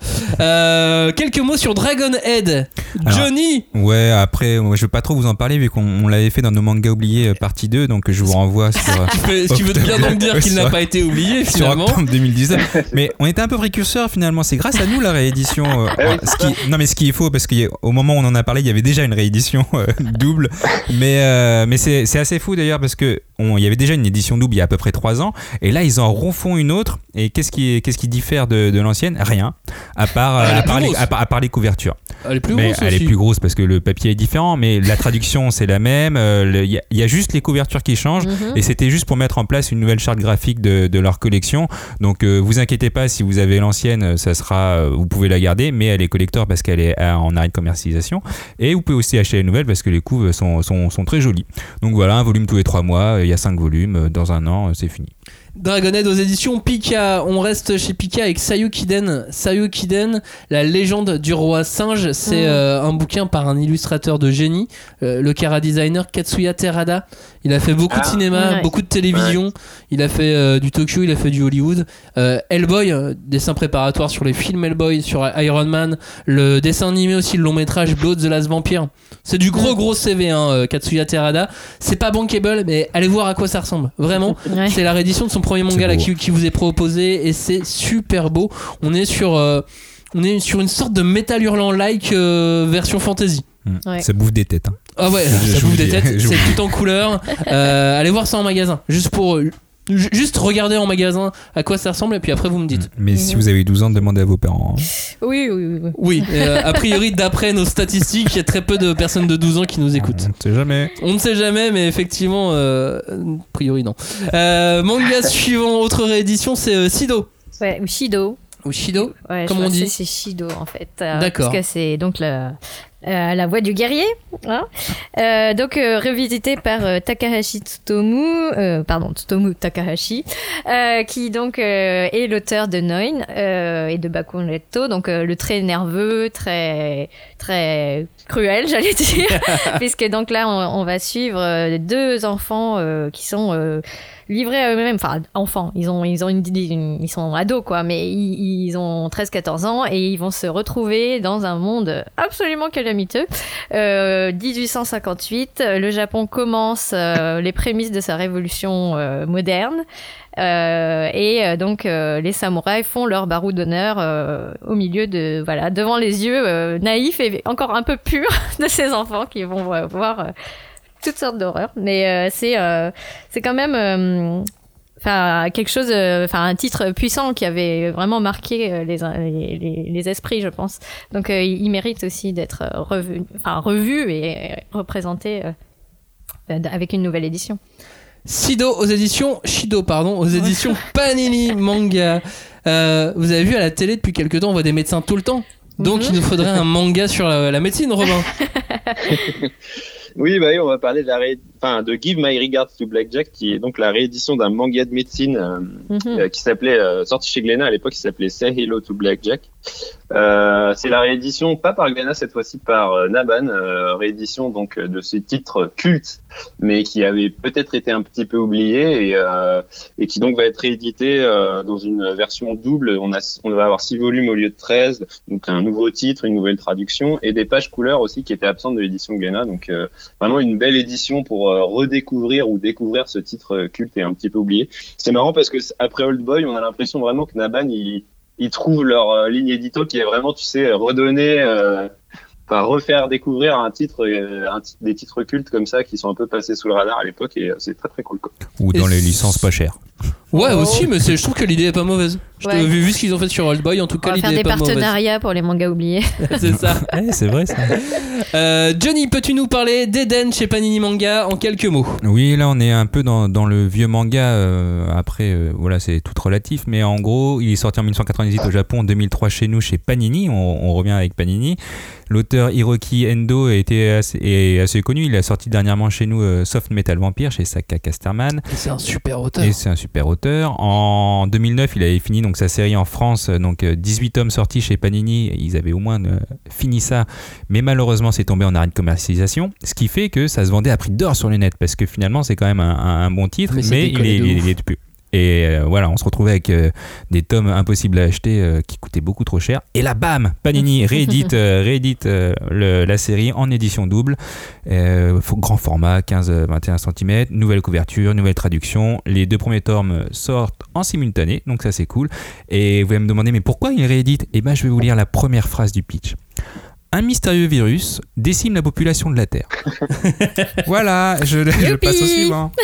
Euh, quelques mots sur Dragonhead. Johnny. Alors, ouais, après, moi, je veux pas trop vous en parler vu qu'on on l'avait fait dans nos mangas oubliés partie deux, donc je vous renvoie sur. Est-ce que tu veux bien donc dire qu'il n'a pas été oublié finalement sur deux mille dix-neuf. Mais on était un peu précurseurs finalement. C'est grâce à nous la réédition. Euh, alors, ce qui, non mais ce qui est faux parce qu'au moment où on en a parlé, il y avait déjà une réédition euh, double. Mais euh, mais c'est c'est assez fou d'ailleurs parce que on, il y avait déjà une édition double il y a à peu près trois ans et là ils en refont une autre. Et qu'est-ce qui qu'est-ce qui diffère de, de l'ancienne ? Rien. À part euh, à, part les, à, part, à part les couvertures. Elle est plus mais grosse elle aussi. est plus grosse parce que le papier est différent, mais la traduction c'est la même. Il euh, y, y a juste les couvertures qui changent mm-hmm. et c'était juste pour mettre en place une nouvelle charte graphique de, de leur collection. Donc euh, vous inquiétez pas si vous avez l'ancienne, ça sera, euh, vous pouvez la garder, mais elle est collector parce qu'elle est en arrêt de commercialisation. Et vous pouvez aussi acheter les nouvelles parce que les couves sont, sont, sont très jolies. Donc voilà, un volume tous les trois mois, il y a cinq volumes, dans un an c'est fini. Dragonhead aux éditions Pika. On reste chez Pika avec Sayukiden. Sayukiden, la légende du roi singe. C'est mmh. euh, un bouquin par un illustrateur de génie, euh, le chara designer Katsuya Terada. Il a fait beaucoup ah, de cinéma, ouais. beaucoup de télévision. Ouais. Il a fait euh, du Tokyo, il a fait du Hollywood. Euh, Hellboy, euh, dessin préparatoire sur les films Hellboy, sur Iron Man. Le dessin animé aussi, le long métrage Blood the Last Vampire. C'est du gros gros C V, hein, euh, Katsuya Terada. C'est pas bankable, mais allez voir à quoi ça ressemble. Vraiment, ouais. c'est la réédition de son premier manga là, qui, qui vous est proposé et c'est super beau. On est sur, euh, on est sur une sorte de Metal Hurlant-like euh, version fantasy. Mmh. Ouais. Ça bouffe des têtes. Hein. Ah ouais, je, ça je bouffe des têtes. C'est tout en couleur. Euh, allez voir ça en magasin, juste pour. Euh, Juste regardez en magasin à quoi ça ressemble et puis après vous me dites. Mais mmh. si vous avez douze ans, demandez à vos parents. Hein. Oui, oui, oui. Oui, euh, a priori, d'après nos statistiques, il y a très peu de personnes de douze ans qui nous écoutent. On ne sait jamais. On ne sait jamais, mais effectivement, euh, a priori non. Euh, manga suivant, autre réédition, c'est euh, Shido. Ouais, ou Shido. Ou Shido, ouais, comme on dit. C'est Shido en fait. Euh, D'accord. Parce que c'est donc le, Euh, la voix du guerrier, hein euh, donc euh, revisité par euh, Takahashi Tsutomu, euh, pardon Tsutomu Takahashi, euh, qui donc euh, est l'auteur de Noin euh, et de Baku no Retto, donc euh, le très nerveux, très très cruel, j'allais dire, puisque donc là on, on va suivre euh, deux enfants euh, qui sont euh, livrés à eux-mêmes, enfin enfants, ils ont ils ont une, une ils sont ados quoi, mais ils, ils ont treize quatorze ans et ils vont se retrouver dans un monde absolument calamiteux. Euh, dix-huit cent cinquante-huit, le Japon commence euh, les prémices de sa révolution euh, moderne. Euh, et euh, donc euh, les samouraïs font leur barreau d'honneur euh, au milieu de voilà devant les yeux euh, naïfs et encore un peu purs de ces enfants qui vont euh, voir euh, toutes sortes d'horreurs, mais euh, c'est euh, c'est quand même euh, enfin quelque chose, enfin euh, un titre puissant qui avait vraiment marqué euh, les, les les esprits, je pense. Donc euh, il mérite aussi d'être revu, enfin revu et représenté euh, avec une nouvelle édition. Shido aux éditions Shido pardon aux éditions Panini Manga. Euh, vous avez vu à la télé depuis quelque temps on voit des médecins tout le temps. Donc mm-hmm. il nous faudrait un manga sur la, la médecine, Robin. Oui, bah oui, on va parler de la ré... enfin, de Give My Regards to Blackjack, qui est donc la réédition d'un manga de médecine euh, mm-hmm. euh, qui s'appelait, euh, sorti chez Glénat à l'époque, qui s'appelait Say Hello to Blackjack. Euh, c'est la réédition, pas par Glénat cette fois-ci, par euh, Naban, euh, réédition donc de ce titre culte, mais qui avait peut-être été un petit peu oublié et, euh, et qui donc va être réédité euh, dans une version double. On, a, on va avoir six volumes au lieu de treize, donc un nouveau titre, une nouvelle traduction et des pages couleurs aussi qui étaient absentes de l'édition Glénat. Donc euh, vraiment une belle édition pour euh, redécouvrir ou découvrir ce titre culte et un petit peu oublié. C'est marrant parce que après Old Boy, on a l'impression vraiment que Naban il ils trouvent leur euh, ligne édito qui est vraiment, tu sais, redonner, euh, enfin refaire découvrir un titre, euh, un t- des titres cultes comme ça qui sont un peu passés sous le radar à l'époque et euh, c'est très très cool quoi. Ou dans et les c'est... licences pas chères. Ouais oh. aussi, mais c'est, je trouve que l'idée est pas mauvaise. Je ouais. vu, vu ce qu'ils ont fait sur Old Boy, en tout cas on va l'idée faire est des pas mauvaise. partenariats pour les mangas oubliés. C'est ça. Ouais, c'est vrai ça. Euh, Johnny, peux-tu nous parler d'Eden chez Panini Manga en quelques mots? Oui, là on est un peu dans, dans le vieux manga. Euh, après, euh, voilà, c'est tout relatif, mais en gros, il est sorti en dix-neuf cent quatre-vingt-dix-huit au Japon, en deux mille trois chez nous chez Panini. On, on revient avec Panini. L'auteur Hiroki Endo était assez, est assez connu. Il a sorti dernièrement chez nous euh, Soft Metal Vampire chez Saka Casterman. Et c'est un super auteur. Et c'est un super auteur. En deux mille neuf, il avait fini donc sa série en France, donc dix-huit tomes sortis chez Panini. Ils avaient au moins euh, fini ça, mais malheureusement, c'est tombé en arrêt de commercialisation. Ce qui fait que ça se vendait à prix d'or sur le net, parce que finalement, c'est quand même un, un, un bon titre, mais, mais il, est, il, est, il est plus. Et euh, voilà, on se retrouvait avec euh, des tomes impossibles à acheter euh, qui coûtaient beaucoup trop cher. Et là, bam, Panini réédite, euh, réédite euh, le, la série en édition double. Euh, grand format, quinze à vingt et un centimètres, nouvelle couverture, nouvelle traduction. Les deux premiers tomes sortent en simultané, donc ça c'est cool. Et vous allez me demander, mais pourquoi il réédite ? Eh bien, je vais vous lire la première phrase du pitch. Un mystérieux virus décime la population de la Terre. Voilà, je, je passe au suivant.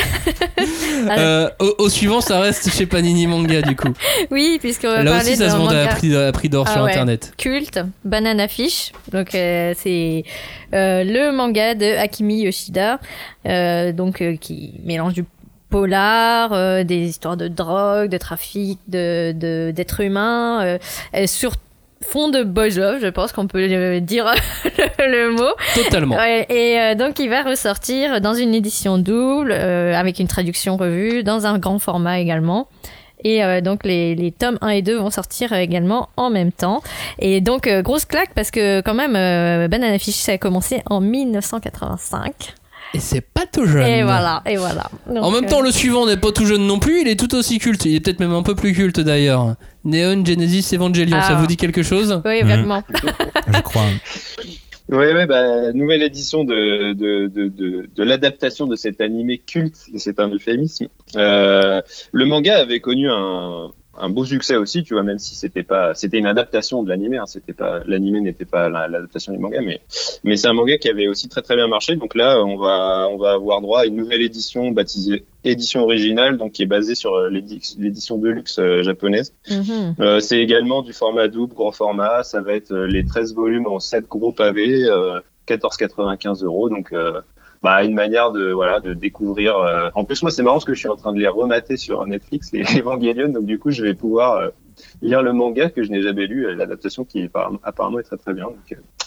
euh, au, au suivant, ça reste chez Panini Manga du coup. Oui, puisqu'on va là parler aussi, ça se vendait à prix, à prix d'or ah sur ouais. Internet. Culte, Banana Fish. Donc euh, c'est euh, le manga de Akimi Yoshida, euh, donc euh, qui mélange du polar, euh, des histoires de drogue, de trafic, de, de d'êtres humains, euh, et surtout fond de boys love, je pense qu'on peut dire le, le mot. Totalement. Ouais, et euh, donc il va ressortir dans une édition double, euh, avec une traduction revue, dans un grand format également. Et euh, donc les, les tomes un et deux vont sortir également en même temps. Et donc euh, grosse claque parce que quand même euh, Banana Fish ça a commencé en dix-neuf cent quatre-vingt-cinq. Et c'est pas tout jeune. Et voilà, et voilà. Donc, en même temps, euh... le suivant n'est pas tout jeune non plus, il est tout aussi culte. Il est peut-être même un peu plus culte d'ailleurs. Neon Genesis Evangelion, ah. Ça vous dit quelque chose ? Oui, vraiment. Mmh. Je crois. Oui, oui, bah, nouvelle édition de, de, de, de, de l'adaptation de cet animé culte, c'est un euphémisme. Euh, le manga avait connu un, un beau succès aussi, tu vois, même si c'était pas, c'était une adaptation de l'animé, hein, c'était pas, l'animé n'était pas l'adaptation du manga, mais, mais c'est un manga qui avait aussi très très bien marché. Donc là, on va, on va avoir droit à une nouvelle édition baptisée édition originale, donc qui est basée sur l'édi- l'édition de luxe euh, japonaise. Mm-hmm. Euh, c'est également du format double, grand format. Ça va être euh, les treize volumes en sept gros pavés, euh, quatorze quatre-vingt-quinze euros. Donc, euh, bah, une manière de, voilà, de découvrir. Euh... En plus, moi, c'est marrant parce que je suis en train de les remater sur Netflix, les Evangelion. Donc, du coup, je vais pouvoir euh, lire le manga que je n'ai jamais lu, l'adaptation qui est, apparemment est très très bien. Donc, euh, voilà.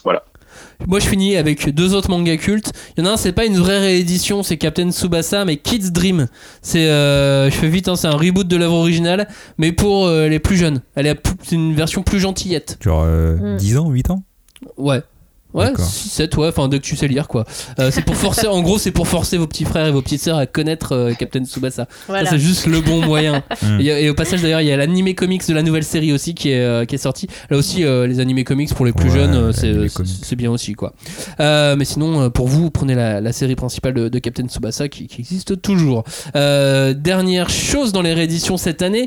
Moi je finis avec deux autres mangas cultes. Il y en a un, c'est pas une vraie réédition, c'est Captain Tsubasa mais Kids Dream. C'est euh, je fais vite hein, c'est un reboot de l'œuvre originale mais pour euh, les plus jeunes. Elle est c'est une version plus gentillette. Genre euh, mm. dix ans, huit ans. Ouais. Ouais, six, sept, ouais, enfin dès que tu sais lire quoi. Euh, c'est pour forcer, en gros, c'est pour forcer vos petits frères et vos petites sœurs à connaître euh, Captain Tsubasa. Voilà. Ça, c'est juste le bon moyen. et, et au passage d'ailleurs, il y a l'animé comics de la nouvelle série aussi qui est, euh, qui est sorti. Là aussi, euh, les animés comics pour les plus ouais, jeunes, euh, c'est, c'est, c'est bien aussi quoi. Euh, mais sinon, euh, pour vous, prenez la, la série principale de, de Captain Tsubasa qui, qui existe toujours. Euh, dernière chose dans les rééditions cette année,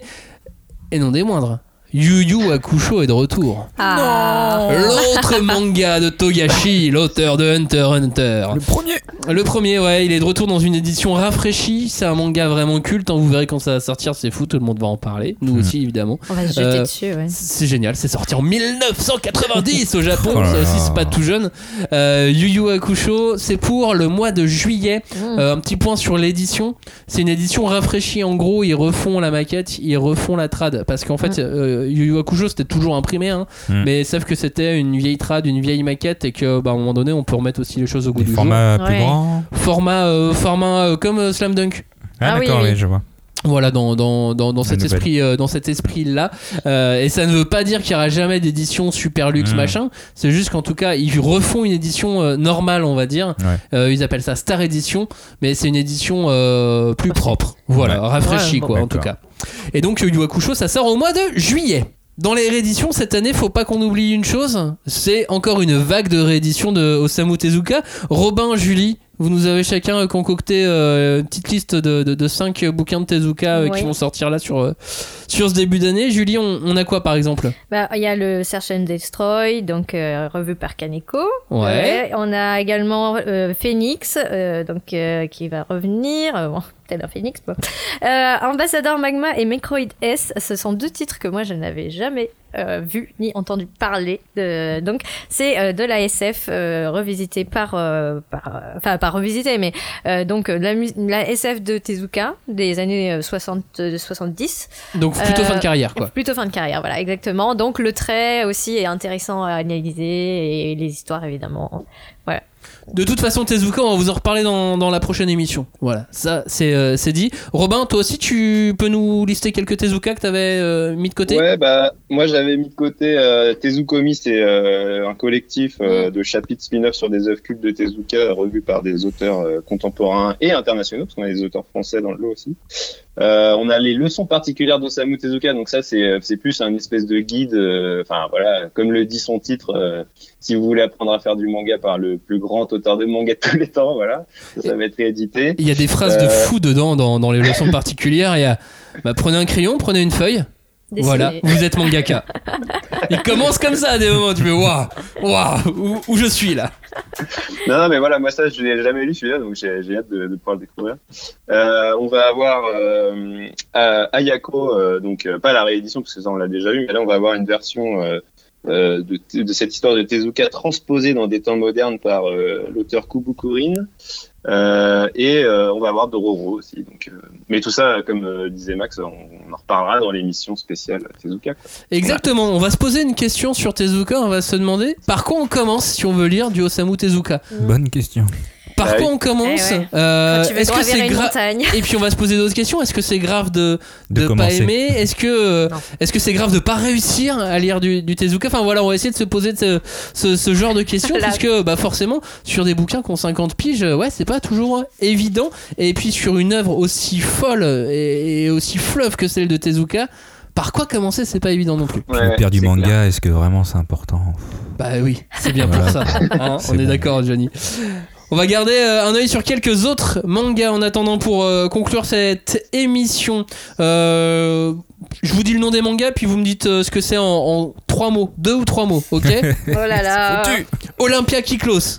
et non des moindres. Yu Yu Hakusho est de retour. Ah. L'autre manga de Togashi, l'auteur de Hunter x Hunter. Le premier. Le premier, ouais, il est de retour dans une édition rafraîchie. C'est un manga vraiment culte. Hein, vous verrez quand ça va sortir, c'est fou, tout le monde va en parler. Nous mmh. aussi, évidemment. On va se jeter euh, dessus, ouais. C'est génial, c'est sorti en dix-neuf cent quatre-vingt-dix au Japon. Oh ça aussi, c'est pas tout jeune. Euh, Yu Yu Hakusho, c'est pour le mois de juillet. Mmh. Euh, un petit point sur l'édition. C'est une édition rafraîchie. En gros, ils refont la maquette, ils refont la trad. Parce qu'en fait, mmh. euh, Yu Yu Hakusho c'était toujours imprimé hein, mm. mais sauf que c'était une vieille trad, une vieille maquette et que bah, à un moment donné on peut remettre aussi les choses au goût des du formats jour. Plus ouais. grand. Format, euh, format euh, comme euh, Slam Dunk. Ah, ah d'accord, oui, oui. oui, je vois. Voilà dans dans dans, dans cet nouvelle. esprit euh, dans cet esprit là euh, et ça ne veut pas dire qu'il y aura jamais d'édition super luxe mmh. machin, c'est juste qu'en tout cas ils refont une édition euh, normale on va dire ouais. euh, ils appellent ça Star Edition mais c'est une édition euh, plus propre voilà ouais. rafraîchie ouais, quoi bon, en tout cas et donc Yu Yu Hakusho ça sort au mois de juillet. Dans les rééditions cette année, faut pas qu'on oublie une chose, c'est encore une vague de rééditions de Osamu Tezuka. Robin, Julie, vous nous avez chacun concocté euh, une petite liste de, de, de cinq bouquins de Tezuka euh, oui. qui vont sortir là sur, euh, sur ce début d'année. Julie, on, on a quoi par exemple ? Bah, y a le Search and Destroy, donc euh, revu par Kaneko. Ouais. Euh, on a également euh, Phoenix, euh, donc euh, qui va revenir. Euh, bon, tel un Phoenix, quoi. Euh, Ambassador Magma et Metroid S, ce sont deux titres que moi je n'avais jamais euh, vu ni entendu parler. De... Donc c'est euh, de la S F euh, revisité par, euh, par, enfin pas revisité, mais euh, donc la, la S F de Tezuka des années soixante soixante-dix. Donc plutôt euh, fin de carrière, quoi. Plutôt fin de carrière, voilà, exactement. Donc le trait aussi est intéressant à analyser et les histoires évidemment. Voilà. De toute façon, Tezuka, on va vous en reparler dans, dans la prochaine émission. Voilà, ça c'est, euh, c'est dit. Robin, toi aussi, tu peux nous lister quelques Tezuka que tu avais euh, mis de côté ? Ouais, bah, moi j'avais mis de côté euh, Tezukomi, c'est euh, un collectif euh, de chapitres spin-off sur des œuvres cultes de Tezuka revus par des auteurs euh, contemporains et internationaux, parce qu'on a des auteurs français dans le lot aussi. Euh, on a les leçons particulières d'Osamu Tezuka, donc ça c'est c'est plus un espèce de guide, enfin euh, voilà, comme le dit son titre, euh, si vous voulez apprendre à faire du manga par le plus grand auteur de manga de tous les temps, voilà, ça, ça va être réédité. Il y a des phrases euh... de fou dedans dans, dans les leçons particulières. Il y a, bah, prenez un crayon, prenez une feuille. Dessiné. Voilà, vous êtes mangaka. Il commence comme ça à des moments, tu fais waouh, waouh, où, où je suis là. Non, non, mais voilà, moi ça je l'ai jamais lu celui-là, donc j'ai, j'ai hâte de, de pouvoir le découvrir. Euh, on va avoir euh, Ayako, euh, donc euh, pas la réédition parce que ça on l'a déjà eu, mais là on va avoir une version euh, euh, de, de cette histoire de Tezuka transposée dans des temps modernes par euh, l'auteur Kubukurin. Euh, et euh, on va avoir Dororo aussi. Donc, euh, mais tout ça, comme euh, disait Max, on, on en reparlera dans l'émission spéciale Tezuka, quoi. Exactement. Voilà. On va se poser une question sur Tezuka. On va se demander par quoi on commence si on veut lire du Osamu Tezuka. Bonne question. Par ah quoi oui. on commence eh ouais. euh, Est-ce que c'est grave Et puis on va se poser d'autres questions. Est-ce que c'est grave de de, de pas aimer Est-ce que euh, est-ce que c'est grave de pas réussir à lire du, du Tezuka Enfin voilà, on va essayer de se poser de ce, ce, ce genre de questions puisque bah forcément sur des bouquins qui ont cinquante piges, ouais, c'est pas toujours évident. Et puis sur une œuvre aussi folle et, et aussi fleuve que celle de Tezuka, par quoi commencer, c'est pas évident non plus. Ouais, le pire du manga, clair. Est-ce que vraiment c'est important ? Bah oui, c'est bien pour ça. Hein, on est bon. D'accord, Johnny. On va garder euh, un œil sur quelques autres mangas en attendant pour euh, conclure cette émission. Euh, je vous dis le nom des mangas, puis vous me dites euh, ce que c'est en, en trois mots, deux ou trois mots, ok ? Oh là là. Olympia Kyklos.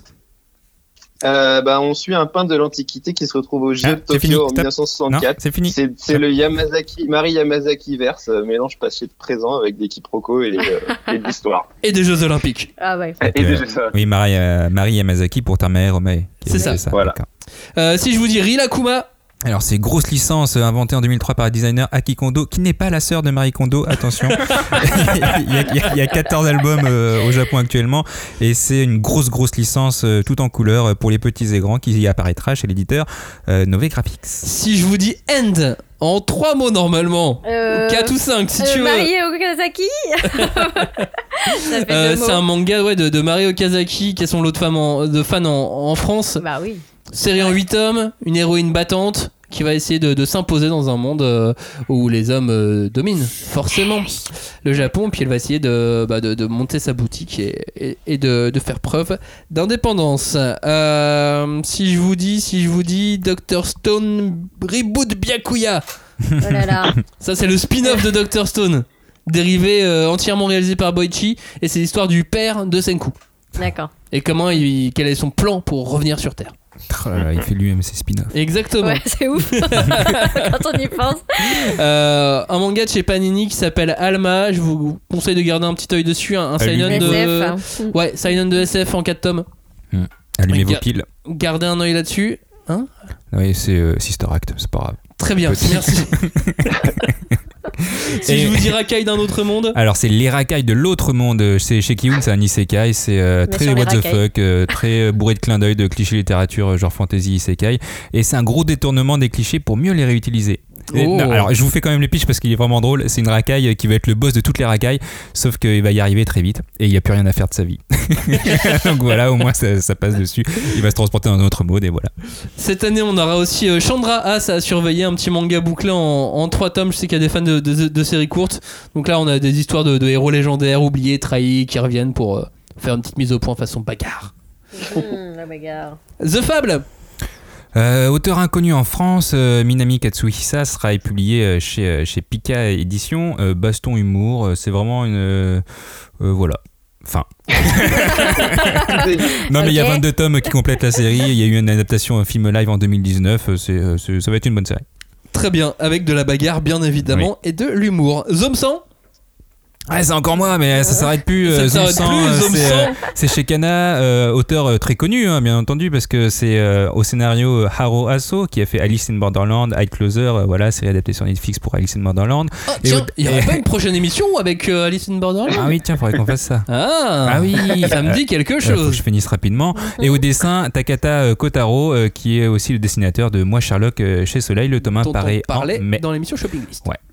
Euh, bah, on suit un peintre de l'Antiquité qui se retrouve au Jeux ah, de Tokyo fini, en dix-neuf cent soixante-quatre. Non, c'est fini. C'est, c'est le Yamazaki, Mari Yamazaki verse, euh, mélange passé de présent avec des quiproquos et, euh, et de l'histoire. Et des Jeux Olympiques. Ah ouais. Et, et des euh, Jeux Olympiques. Oui, Mari, euh, Mari Yamazaki pour Tamae Romae. C'est ça. ça. Voilà. Euh, si je vous dis Rilakuma. Alors c'est grosse licence inventée en deux mille trois par le designer Aki Kondo, qui n'est pas la sœur de Marie Kondo, attention. il, y a, il, y a, il y a quatorze albums euh, au Japon actuellement, et c'est une grosse grosse licence euh, tout en couleur pour les petits et grands, qui y apparaîtra chez l'éditeur euh, Nove Graphics. Si je vous dis End en trois mots normalement, euh, quatre ou cinq si euh, tu veux. Marie Okazaki. Ça fait euh, deux mots. C'est un manga ouais, de, de Marie Okazaki, qui est son lot de, femmes en, de fans en, en France. Bah oui. Série en huit tomes, une héroïne battante qui va essayer de, de s'imposer dans un monde euh, où les hommes euh, dominent forcément le Japon, puis elle va essayer de, bah, de, de monter sa boutique et, et, et de, de faire preuve d'indépendance. Euh, si je vous dis, si je vous dis docteur Stone Reboot Byakuya. Oh là là. Ça c'est le spin-off de docteur Stone, dérivé euh, entièrement réalisé par Boichi, et c'est l'histoire du père de Senku. D'accord. Et comment il, quel est son plan pour revenir sur Terre. Oh là là, il fait lui-même ses spin-offs. Exactement. Ouais, c'est ouf quand on y pense. Euh, un manga de chez Panini qui s'appelle Alma. Je vous conseille de garder un petit œil dessus. Un, un seinen de S F. Ouais, seinen de S F en quatre tomes. Mmh. Allumez Ga- vos piles. Gardez un œil là-dessus. Hein Oui, c'est euh, Sister Act, c'est pas grave. Très bien, Petit. merci. Si Et- je vous dis Rakai d'un autre monde. Alors c'est les racailles de l'autre monde, c'est chez Kiun, c'est un isekai, c'est euh, Mais très sur les what the racailles. fuck, euh, très euh, bourré de clins d'œil, de clichés littérature, euh, genre fantasy isekai, et c'est un gros détournement des clichés pour mieux les réutiliser. Et- Oh. non, alors je vous fais quand même le pitch parce qu'il est vraiment drôle. C'est une racaille qui va être le boss de toutes les racailles, sauf qu'il va y arriver très vite et il n'y a plus rien à faire de sa vie. Donc voilà, au moins ça, ça passe dessus. Il va se transporter dans un autre mode et voilà. Cette année, on aura aussi euh, Chandra As à surveiller, un petit manga bouclé en, en trois tomes. Je sais qu'il y a des fans de, de, de séries courtes. Donc là, on a des histoires de, de héros légendaires, oubliés, trahis, qui reviennent pour euh, faire une petite mise au point façon bagarre. Mmh, la bagarre. The Fable. Euh, auteur inconnu en France, euh, Minami Katsuhisa sera publié euh, chez, euh, chez Pika Édition. Euh, baston humour, euh, c'est vraiment une. Euh, euh, voilà. Enfin. Non, mais il y a Ok. vingt-deux tomes qui complètent la série. Il y a eu une adaptation un film live en deux mille dix-neuf. C'est, euh, c'est- ça va être une bonne série. Très bien, avec de la bagarre bien évidemment et de l'humour. Zomsan. Ouais, c'est encore moi, mais ça s'arrête plus. Ça euh, s'arrête Zomsan, plus, euh, Zomsan. c'est, euh, c'est chez Kana, euh, auteur euh, très connu, hein, bien entendu, parce que c'est euh, au scénario euh, Haro Aso qui a fait Alice in Borderland, Eye Closer, euh, voilà, série adaptée sur Netflix pour Alice in Borderland. Oh, Et tiens, au- il y aurait et- pas une prochaine émission avec euh, Alice in Borderland. Ah oui, tiens, faudrait qu'on fasse ça. Ah, Ah oui, ça me dit quelque Euh, faut que chose. je finisse rapidement. Et au dessin, Takata euh, Kotaro, euh, qui est aussi le dessinateur de Moi Sherlock euh, chez Soleil. Le tome un Dont paraît on parlait en mai. dans l'émission Shopping List. Ouais.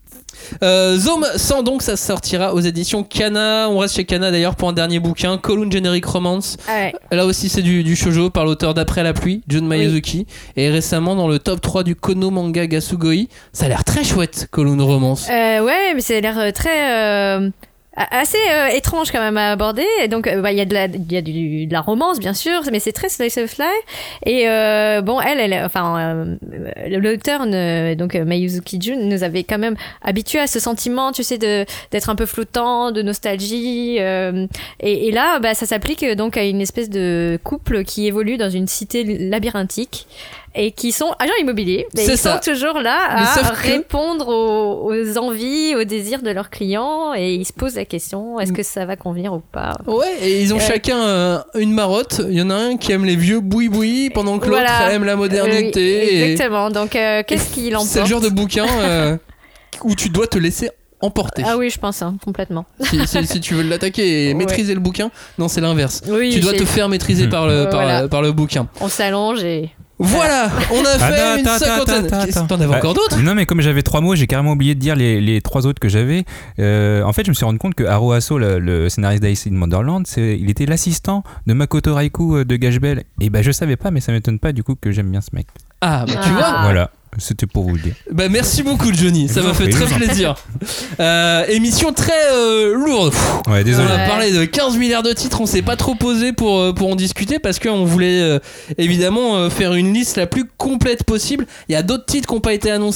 Euh, Zome cent, donc ça sortira aux éditions Kana. On reste chez Kana d'ailleurs pour un dernier bouquin, Kowloon Generic Romance. Ah ouais. Là aussi c'est du, du shoujo par l'auteur d'Après la pluie, Jun Mayazuki. Et récemment dans le top trois du Kono Manga Gasugoi. Ça a l'air très chouette, Kowloon Romance. Euh, ouais, mais ça a l'air euh, très. euh, assez euh, étrange quand même à aborder. Et donc, euh, bah, il y a, de la, il y a du, de la romance, bien sûr, mais c'est très slice of life. Et euh, bon, elle, elle enfin, euh, l'auteur, ne- donc euh, Mayuzuki Jun, nous avait quand même habitués à ce sentiment, tu sais, de, d'être un peu flottant, de nostalgie. Euh, et, et là, bah, ça s'applique donc à une espèce de couple qui évolue dans une cité labyrinthique. Et qui sont agents immobiliers. Mais C'est ils ça. sont toujours là Mais à sauf que- répondre aux, aux envies, aux désirs de leurs clients. Et ils se posent la question, est-ce que ça va convenir ou pas? Ouais, et ils ont Euh, chacun euh, une marotte. Il y en a un qui aime les vieux boui-boui pendant que l'autre Voilà. aime la modernité. Oui, et exactement. Donc, euh, qu'est-ce qu'il emporte? C'est le genre de bouquin euh, où tu dois te laisser emporter. Ah oui, je pense, hein, complètement. Si, si- si tu veux l'attaquer et Ouais. maîtriser le bouquin, non, c'est l'inverse. Oui, tu dois c'est- te faire maîtriser par le, par, Voilà. par le bouquin. On s'allonge et... Voilà, on a fait Attends, une attends, cinquantaine. attends, Qu'est-ce- attends. T'en avais Ah, encore d'autres? Non, mais comme j'avais trois mots, j'ai carrément oublié de dire les, les trois autres que j'avais. Euh, en fait, je me suis rendu compte que Haro Aso, le, le scénariste d'Alice in Wonderland, c'est, il était l'assistant de Makoto Raikou euh, de Gash Bell. Et bah, je savais pas, mais ça m'étonne pas du coup que j'aime bien ce mec. Ah, bah tu Ah. vois. Voilà, c'était pour vous le dire. Bah merci beaucoup Johnny, ça Je m'a vous en fait prie, très je vous en plaisir. Euh, émission très euh, lourde. Pff, Ouais, désolé. On a Ouais. parlé de quinze milliards de titres, on s'est pas trop posé pour, euh, pour en discuter parce qu'on voulait euh, évidemment euh, faire une liste la plus complète possible. Il y a d'autres titres qui n'ont pas été annoncés.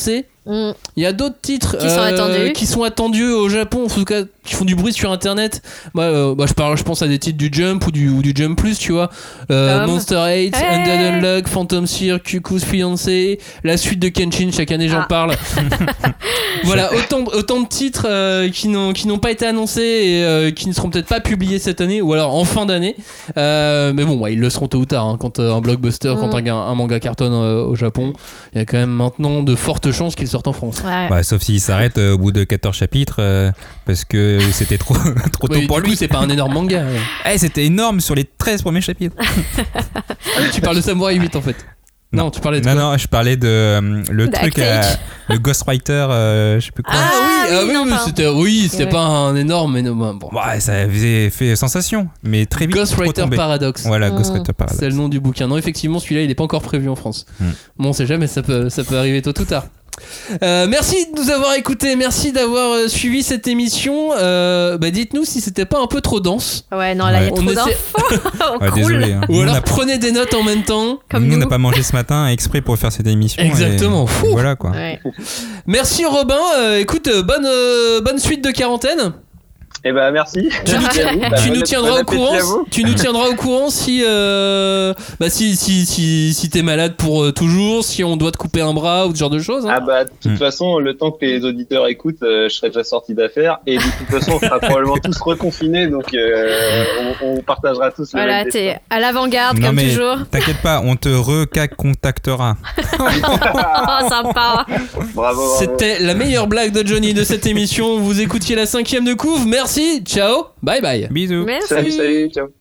Mm. Il y a d'autres titres qui sont euh, attendus, qui sont attendus au Japon, en tout cas qui font du bruit sur internet. Bah, euh, bah je parle, je pense à des titres du Jump ou du, ou du Jump Plus, tu vois. Euh, Comme... Monster eight, hey Undead Unluck, Phantom Cirque, Cuckoo's Fiancé, la suite de Kenshin. Chaque année, j'en ah. parle. Voilà, autant, autant de titres euh, qui n'ont qui n'ont pas été annoncés et euh, qui ne seront peut-être pas publiés cette année ou alors en fin d'année. Euh, mais bon, ouais, ils le seront tôt ou tard. Hein, quand euh, un blockbuster, mm. quand un, un manga cartonne euh, au Japon, il y a quand même maintenant de fortes chances qu'il sorte en France. Ouais. Bah, sauf s'il s'arrête euh, au bout de quatorze chapitres euh, parce que c'était trop, trop tôt oui, pour du lui. Coup, c'est pas un énorme manga. Ouais. Hey, c'était énorme sur les treize premiers chapitres. Tu parles de Samurai huit en fait. Non, non tu parlais de non, quoi non, je parlais de euh, le de truc, euh, le Ghostwriter, euh, je sais plus quoi. Ah, ah oui, ah, oui, non, oui c'était, oui, c'était ouais. pas un énorme, énorme. Bon. Ouais, ça avait fait sensation, mais très vite. Ghostwriter Paradox. Voilà, mmh. Ghostwriter Paradox. C'est le nom du bouquin. Non, effectivement, celui-là, il est pas encore prévu en France. Mmh. Bon, on sait jamais, ça peut, ça peut arriver tôt ou tard. Euh, merci de nous avoir écoutés, merci d'avoir euh, suivi cette émission. Euh, bah dites-nous si c'était pas un peu trop dense. Ouais, non, là il y a ouais. trop on d'infos. essaie... on ouais, croule. Désolé. Hein. Ou alors a... prenez des notes en même temps. Comme nous, nous, on n'a pas mangé ce matin exprès pour faire cette émission. Exactement. Et... Voilà quoi. Ouais. Merci Robin. Euh, écoute, euh, bonne euh, bonne suite de quarantaine. Eh ben merci. Tu nous, tiens, bah, tu bon nous tiendras au courant. Tu nous tiendras au courant si euh, bah si si si si t'es malade pour euh, toujours, si on doit te couper un bras ou ce genre de choses. Hein. Ah bah de toute mm. façon, le temps que les auditeurs écoutent, euh, je serai déjà sorti d'affaire et de toute façon, on sera probablement tous reconfinés, donc euh, on, on partagera tous. Voilà, le t'es à l'avant-garde non, comme mais toujours. T'inquiète pas, on te recontactera. Oh sympa. Bravo, bravo. C'était la meilleure blague de Johnny de cette émission. Vous écoutiez la cinquième de couve. Merci. Ciao. Bye bye. Bisous. Merci. Salut, salut, ciao.